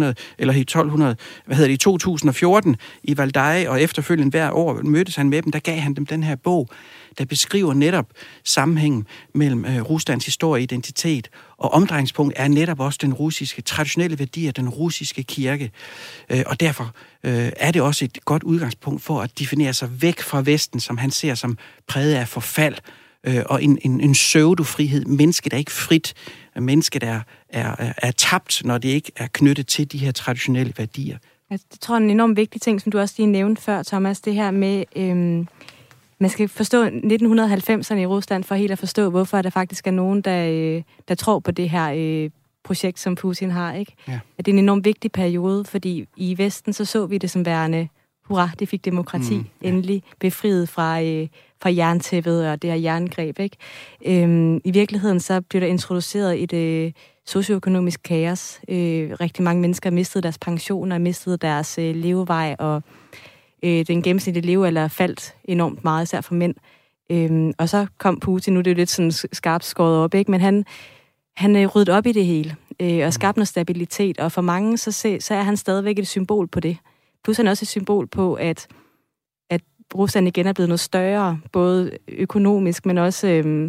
i 2014 i Valdaj, og efterfølgende hver år mødtes han med dem, der gav han dem den her bog, der beskriver netop sammenhængen mellem Ruslands historie og identitet, og omdrejningspunkt er netop også den russiske, traditionelle værdier, den russiske kirke. Og derfor er det også et godt udgangspunkt for at definere sig væk fra Vesten, som han ser som præget af forfald, og en pseudo-frihed. Mennesket er ikke frit. Mennesket er tabt, når det ikke er knyttet til de her traditionelle værdier. Altså, det tror jeg er en enormt vigtig ting, som du også lige nævnte før, Thomas, det her med, man skal forstå 1990'erne i Rusland for helt at forstå, hvorfor der faktisk er nogen, der tror på det her projekt, som Putin har, ikke? Ja. At det er en enormt vigtig periode, fordi i Vesten så vi det som værende, hurra, det fik demokrati, endelig befriet fra jerntæppet og det her jerngreb, ikke? I virkeligheden så blev der introduceret et socioøkonomisk kaos. Rigtig mange mennesker mistede deres pensioner, mistede deres levevej, og den gennemsnitlige levealder faldt enormt meget, især for mænd. Og så kom Putin, nu er det jo lidt sådan skarpt skåret op, ikke? Men han ryddede op i det hele, og skabte noget stabilitet, og for mange så er han stadigvæk et symbol på det. Plus han er også et symbol på, at Rusland igen er blevet noget større, både økonomisk, men også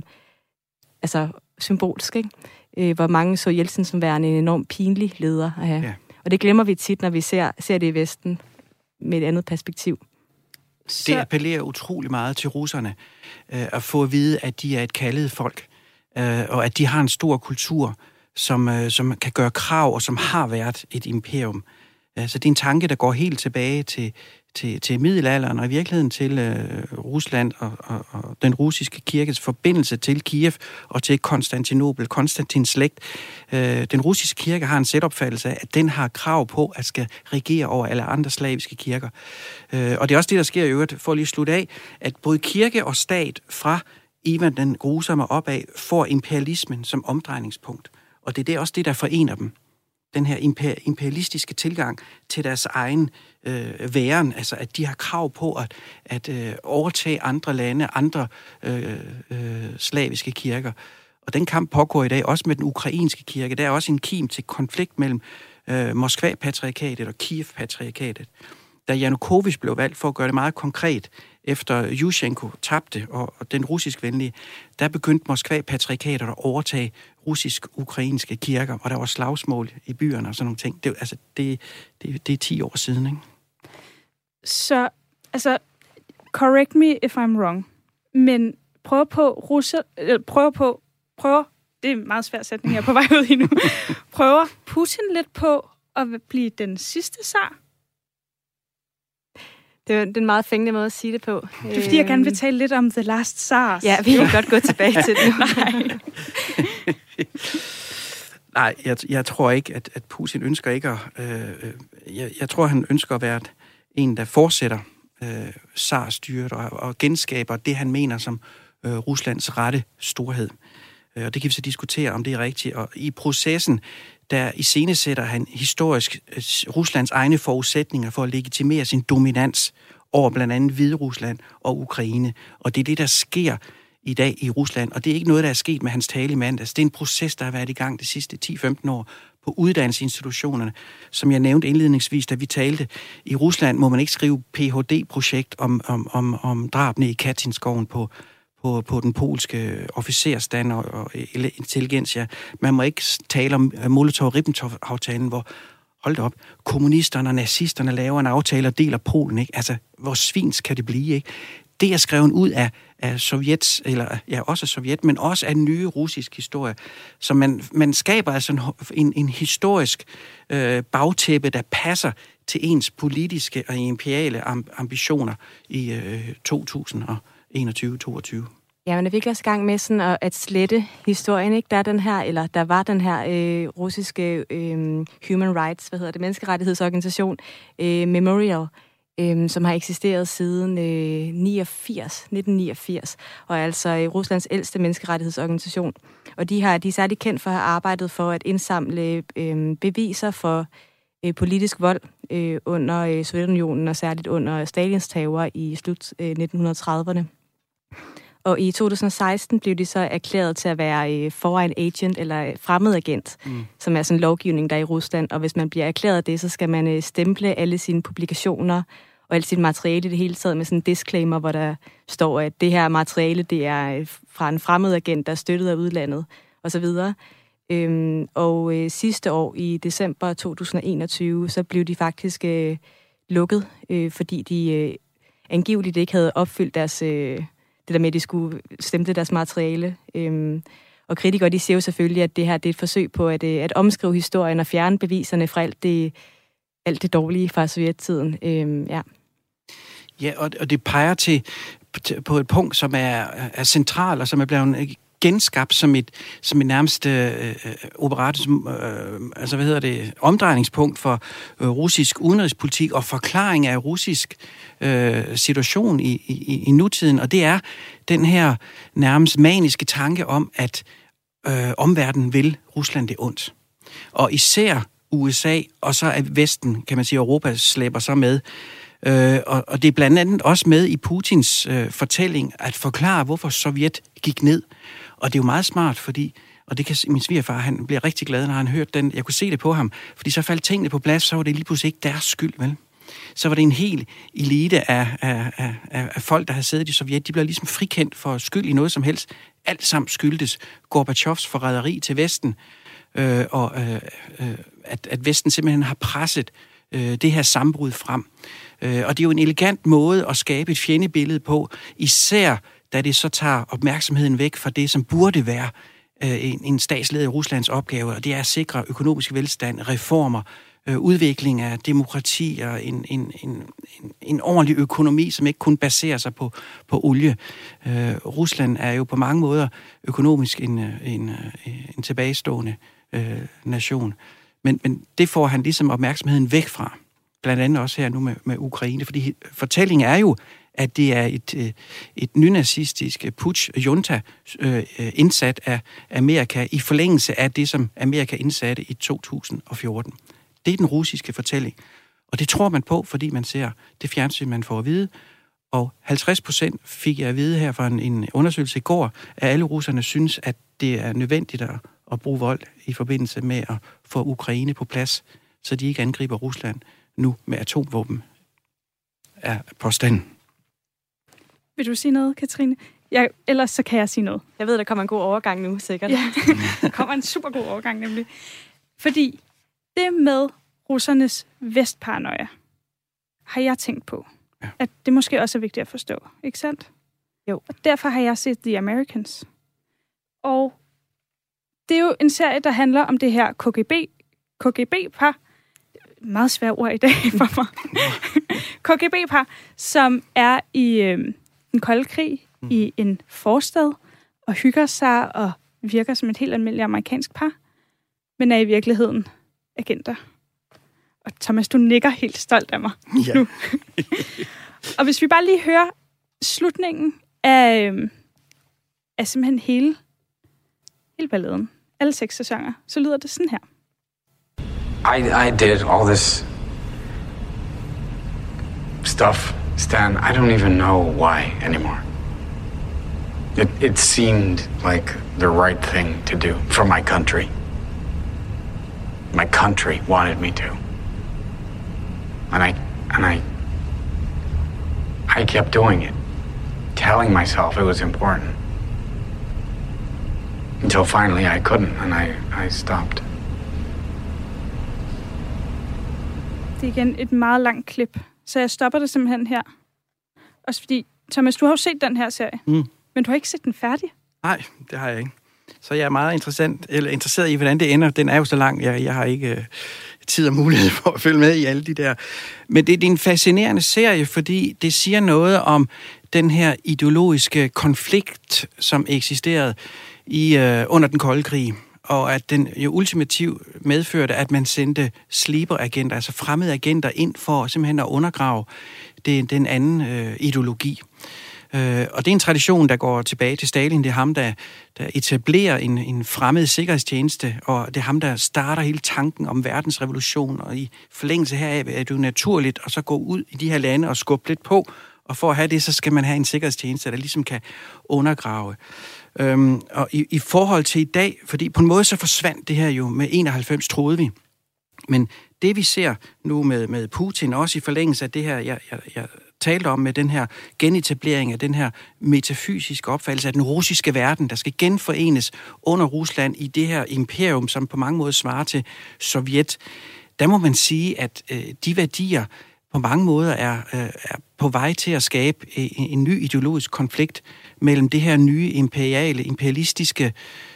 symbolsk, ikke? Hvor mange så Jeltsin som værende en enormt pinlig leder. Ja. Og det glemmer vi tit, når vi ser det i Vesten med et andet perspektiv. Det appellerer utrolig meget til russerne at få at vide, at de er et kaldet folk, og at de har en stor kultur, som kan gøre krav, og som har været et imperium. Så det er en tanke, der går helt tilbage til middelalderen, og i virkeligheden til Rusland og den russiske kirkes forbindelse til Kiev og til Konstantinopel, Konstantins slægt. Den russiske kirke har en selvopfattelse af, at den har krav på at skal regere over alle andre slaviske kirker. Og det er også det, der sker i øvrigt, for at lige slutte af, at både kirke og stat fra Ivan den Grusomme opad får imperialismen som omdrejningspunkt. Og det er også det, der forener dem. Den her imperialistiske tilgang til deres egen væren, altså at de har krav på at overtage andre lande, andre slaviske kirker. Og den kamp pågår i dag også med den ukrainske kirke. Der er også en kim til konflikt mellem Moskva-patriarkatet og Kiev-patriarkatet. Da Janukovych blev valgt, for at gøre det meget konkret, efter Yushchenko tabte, og den russisk-venlige, der begyndte Moskva-patriarkatet at overtage russisk-ukrainske kirker, og der var slagsmål i byerne og sådan nogle ting. Det er 10 år siden, ikke? Så, correct me if I'm wrong, men det er en meget svær sætning, jeg er på vej ud i nu. Prøver Putin lidt på at blive den sidste zar? Det er en meget fængende måde at sige det på. Det er fordi, jeg gerne vil tale lidt om The Last Tsars. Ja, vi kan godt gå tilbage til det nu. Nej, jeg tror ikke, at Putin ønsker ikke at... jeg tror, han ønsker at være en, der fortsætter tsarstyret og genskaber det, han mener som Ruslands rette storhed. Og det kan vi så diskutere, om det er rigtigt. Og i processen, der iscenesætter han historisk Ruslands egne forudsætninger for at legitimere sin dominans over blandt andet Hviderusland og Ukraine. Og det er det, der sker i dag i Rusland. Og det er ikke noget, der er sket med hans tale i mandags. Det er en proces, der har været i gang de sidste 10-15 år på uddannelsesinstitutionerne. Som jeg nævnte indledningsvis, da vi talte, i Rusland må man ikke skrive Ph.D.-projekt om drabene i Katynskoven på den polske officerstand og intelligensia. Man må ikke tale om Molotov-Ribbentrop-aftalen, hvor, hold da op, kommunisterne og nazisterne laver en aftale og deler Polen, ikke? Altså, hvor svins kan det blive, ikke? Det er skrevet ud af Sovjets, eller ja, også Sovjet, men også af nye russisk historie. Så man skaber altså en historisk bagtæppe, der passer til ens politiske og imperiale ambitioner i 2021-22. Ja, man er virkelig også i gang med sådan at slette historien, ikke? Der var den her russiske Human Rights, menneskerettighedsorganisation, Memorial, som har eksisteret siden 1989, og er altså Ruslands ældste menneskerettighedsorganisation. Og de er særligt kendt for at have arbejdet for at indsamle beviser for politisk vold under Sovjetunionen, og særligt under Stalins terror i slut 1930'erne. Og i 2016 blev de så erklæret til at være foreign agent, eller fremmedagent, som er sådan en lovgivning, der er i Rusland. Og hvis man bliver erklæret det, så skal man stemple alle sine publikationer og alt sit materiale i det hele taget med sådan en disclaimer, hvor der står, at det her materiale, det er fra en fremmedagent, der er støttet af udlandet, osv. Og sidste år, i december 2021, så blev de faktisk lukket, fordi de angiveligt ikke havde opfyldt deres... det der med, at de skulle stemple deres materiale. Og kritikere, de siger jo selvfølgelig, at det her det er et forsøg på at omskrive historien og fjerne beviserne fra alt det dårlige fra sovjettiden. Ja, og det peger på et punkt, som er centralt, og som er blevet genskabt som et nærmest omdrejningspunkt for russisk udenrigspolitik og forklaring af russisk situation i nutiden, og det er den her nærmest maniske tanke om, at omverdenen vil Rusland det ondt. Og især USA, og så at Vesten, kan man sige, Europa slæber sig med. Og det er blandt andet også med i Putins fortælling at forklare, hvorfor Sovjet gik ned. Og det er jo meget smart, fordi, og det kan min svigerfar, han bliver rigtig glad, når han hørte den, jeg kunne se det på ham, fordi så faldt tingene på plads, så var det lige pludselig ikke deres skyld, vel? Så var det en hel elite af folk, der havde siddet i Sovjet, de blev ligesom frikendt for skyld i noget som helst. Alt sammen skyldtes Gorbachevs forræderi til Vesten, at Vesten simpelthen har presset det her sammenbrud frem. Og det er jo en elegant måde at skabe et fjendebillede på, især da det så tager opmærksomheden væk fra det, som burde være en statsleder i Ruslands opgave, og det er at sikre økonomisk velstand, reformer, udvikling af demokrati og en ordentlig økonomi, som ikke kun baserer sig på olie. Rusland er jo på mange måder økonomisk en tilbagestående nation. Men det får han ligesom opmærksomheden væk fra. Blandt andet også her nu med Ukraine, fordi fortællingen er jo, at det er et nynazistisk putsch-junta indsat af Amerika i forlængelse af det, som Amerika indsatte i 2014. Det er den russiske fortælling. Og det tror man på, fordi man ser det fjernsyn, man får at vide. Og 50% fik jeg at vide her fra en undersøgelse i går, at alle russerne synes, at det er nødvendigt at bruge vold i forbindelse med at få Ukraine på plads, så de ikke angriber Rusland nu med atomvåben, er påstanden. Vil du sige noget, Katrine? Ellers så kan jeg sige noget. Jeg ved, der kommer en god overgang nu, sikkert. Ja, der kommer en super god overgang nemlig. Fordi det med russernes vestparanoia, har jeg tænkt på, at det måske også er vigtigt at forstå, ikke sandt? Jo. Og derfor har jeg set The Americans. Og det er jo en serie, der handler om det her KGB-par. Meget svært ord i dag for mig. KGB-par, som er i den kolde krig i en forstad og hygger sig og virker som et helt almindeligt amerikansk par, men er i virkeligheden agenter. Og Thomas, du nikker helt stolt af mig nu. Og hvis vi bare lige hører slutningen af simpelthen hele balladen, alle 6 sæsoner, så lyder det sådan her. I did all this stuff, Stan. I don't even know why anymore. It seemed like the right thing to do for my country. My country wanted me to. And I kept doing it, telling myself it was important. Until finally I couldn't, and I stopped. Det er igen et meget langt klip, så jeg stopper det simpelthen her. Også fordi, Thomas, du har jo set den her serie, men du har ikke set den færdig. Nej, det har jeg ikke. Så jeg er meget interesseret i, hvordan det ender. Den er jo så lang, jeg har ikke tid og mulighed for at følge med i alle de der. Men det er en fascinerende serie, fordi det siger noget om den her ideologiske konflikt, som eksisterede under den kolde krig, og at den jo ultimativt medførte, at man sendte sleeper-agenter, altså fremmede agenter, ind for simpelthen at undergrave den anden ideologi. Og det er en tradition, der går tilbage til Stalin. Det er ham, der etablerer en fremmed sikkerhedstjeneste, og det er ham, der starter hele tanken om verdensrevolution, og i forlængelse heraf er det jo naturligt at så gå ud i de her lande og skubbe lidt på, og for at have det, så skal man have en sikkerhedstjeneste, der ligesom kan undergrave. Og i forhold til i dag, fordi på en måde så forsvandt det her jo med 91, troede vi. Men det vi ser nu med Putin, også i forlængelse af det her, jeg talte om med den her genetablering af den her metafysiske opfattelse af den russiske verden, der skal genforenes under Rusland i det her imperium, som på mange måder svarer til Sovjet. Der må man sige, at de værdier på mange måder er på vej til at skabe en ny ideologisk konflikt mellem det her nye imperialistiske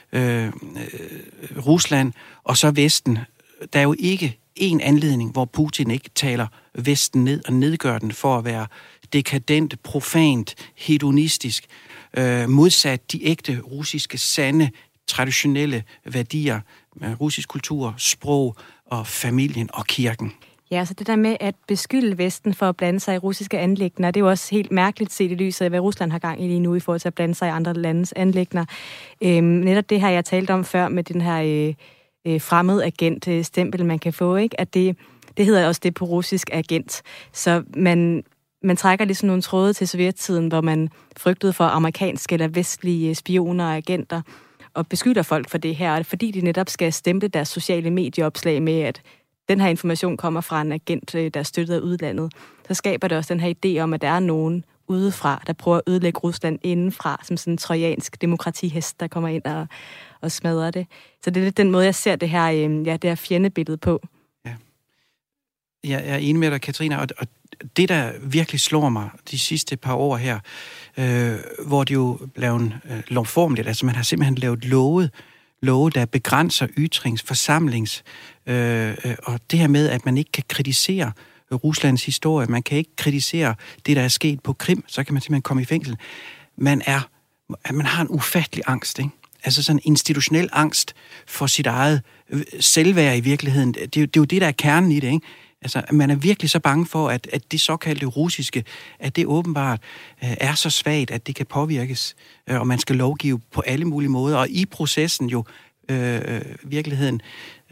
Rusland og så Vesten. Der er jo ikke en anledning, hvor Putin ikke taler Vesten ned og nedgør den for at være dekadent, profant, hedonistisk, modsat de ægte russiske, sande, traditionelle værdier, russisk kultur, sprog og familien og kirken. Ja, så det der med at beskylde Vesten for at blande sig i russiske anliggender, det er jo også helt mærkeligt set i lyset af, hvad Rusland har gang i lige nu i forhold til at blande sig i andre landes anliggender. Netop det her, jeg talte om før med den her fremmed agent-stempel, man kan få, ikke? At det hedder også det på russisk agent. Så man trækker ligesom nogle tråde til sovjettiden, hvor man frygtede for amerikanske eller vestlige spioner og agenter, og beskylder folk for det her, fordi de netop skal stemple deres sociale medieopslag med, at den her information kommer fra en agent, der er støttet af udlandet. Så skaber det også den her idé om, at der er nogen udefra, der prøver at ødelægge Rusland indenfra, som sådan en trojansk demokratihest, der kommer ind og smadrer det. Så det er lidt den måde, jeg ser det her fjendebillede på. Ja. Jeg er enig med dig, Katrine, og det, der virkelig slår mig de sidste par år her, hvor det jo blev lovformeligt, altså man har simpelthen lavet love, der begrænser ytrings-, forsamlings, og det her med, at man ikke kan kritisere Ruslands historie, man kan ikke kritisere det, der er sket på Krim, så kan man simpelthen komme i fængsel. Man har en ufattelig angst, ikke? Altså sådan en institutionel angst for sit eget selvværd i virkeligheden. Det er jo det, der er kernen i det, ikke? Altså, man er virkelig så bange for, at det såkaldte russiske, at det åbenbart er så svagt, at det kan påvirkes, og man skal lovgive på alle mulige måder, og i processen jo virkeligheden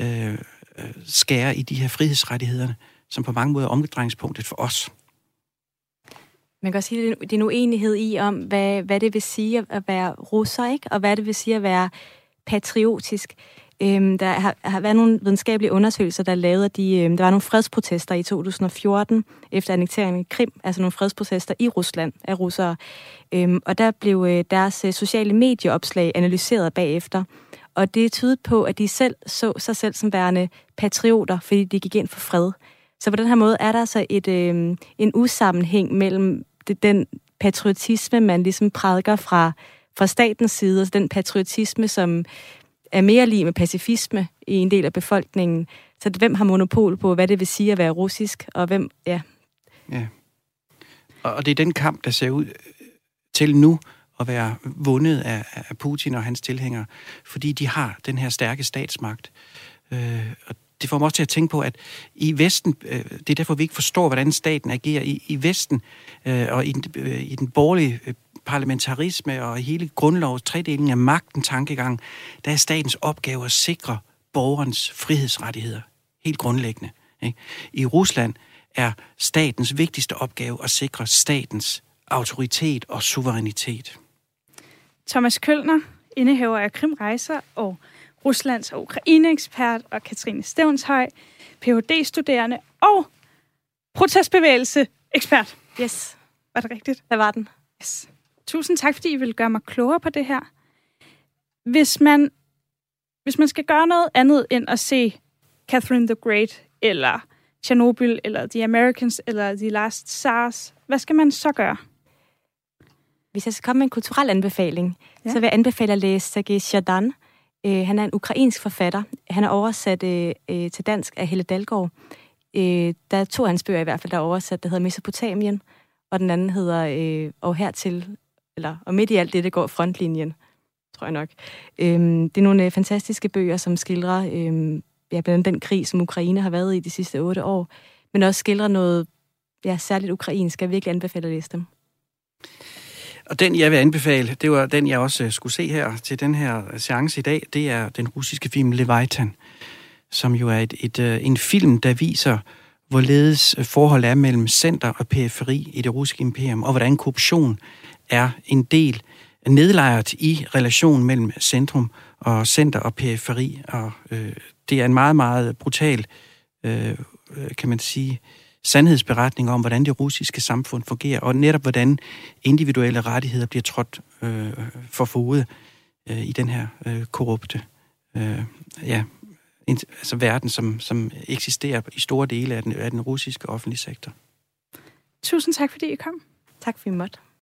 skærer i de her frihedsrettighederne, som på mange måder er omdrejningspunktet for os. Man kan også sige, at det er en uenighed i om, hvad det vil sige at være russer, ikke? Og hvad det vil sige at være patriotisk. Der har været nogle videnskabelige undersøgelser, der lavede der var nogle fredsprotester i 2014 efter annekteringen af Krim, altså nogle fredsprotester i Rusland af russere. Og der blev deres sociale medieopslag analyseret bagefter. Og det tydede på, at de selv så sig selv som værende patrioter, fordi de gik ind for fred. Så på den her måde er der altså en usammenhæng mellem den patriotisme, man ligesom prædiker fra statens side, altså den patriotisme, som er mere lige med pacifisme i en del af befolkningen. Så hvem har monopol på, hvad det vil sige at være russisk, og hvem, ja. Ja. Og det er den kamp, der ser ud til nu at være vundet af Putin og hans tilhængere, fordi de har den her stærke statsmagt. Og det får mig også til at tænke på, at i Vesten, det er derfor, vi ikke forstår, hvordan staten agerer i Vesten, og i den borgerlige parlamentarisme og hele grundlovs tredelingen af magten tankegang, der er statens opgave at sikre borgerens frihedsrettigheder. Helt grundlæggende. Ikke? I Rusland er statens vigtigste opgave at sikre statens autoritet og suverænitet. Thomas Kølner, indehaver af Krim Rejser og Ruslands og Ukraine-ekspert, og Katrine Stevnshøj, Ph.D.-studerende og protestbevægelse-ekspert. Yes. Var det rigtigt? Hvad var den? Yes. Tusind tak, fordi I vil gøre mig klogere på det her. Hvis man skal gøre noget andet end at se Catherine the Great, eller Chernobyl, eller The Americans, eller The Last SARS, hvad skal man så gøre? Hvis jeg skal komme med en kulturel anbefaling, så vil jeg anbefale at læse Sergej Zhadan. Han er en ukrainsk forfatter. Han er oversat til dansk af Helle Dalgaard. Der er 2 af hans bøger i hvert fald, der er oversat, der hedder Mesopotamien og den anden hedder Og hertil, og midt i alt det går frontlinjen, tror jeg nok. Det er nogle fantastiske bøger, som skildrer blandt andet den krig, som Ukraine har været i de sidste 8 år, men også skildrer noget særligt ukrainsk. Jeg virkelig anbefale at læse dem. Og den, jeg vil anbefale, det var den, jeg også skulle se her til den her seance i dag, det er den russiske film Leviathan, som jo er en film, der viser, hvorledes forholdet er mellem center og periferi i det russiske imperium, og hvordan korruption er en del nedlejret i relationen mellem centrum og center og periferi. Og det er en meget, meget brutal, kan man sige, sandhedsberetning om, hvordan det russiske samfund fungerer, og netop hvordan individuelle rettigheder bliver trådt for fode i den her korrupte verden, som eksisterer i store dele af den russiske offentlige sektor. Tusind tak, fordi I kom. Tak for I måtte.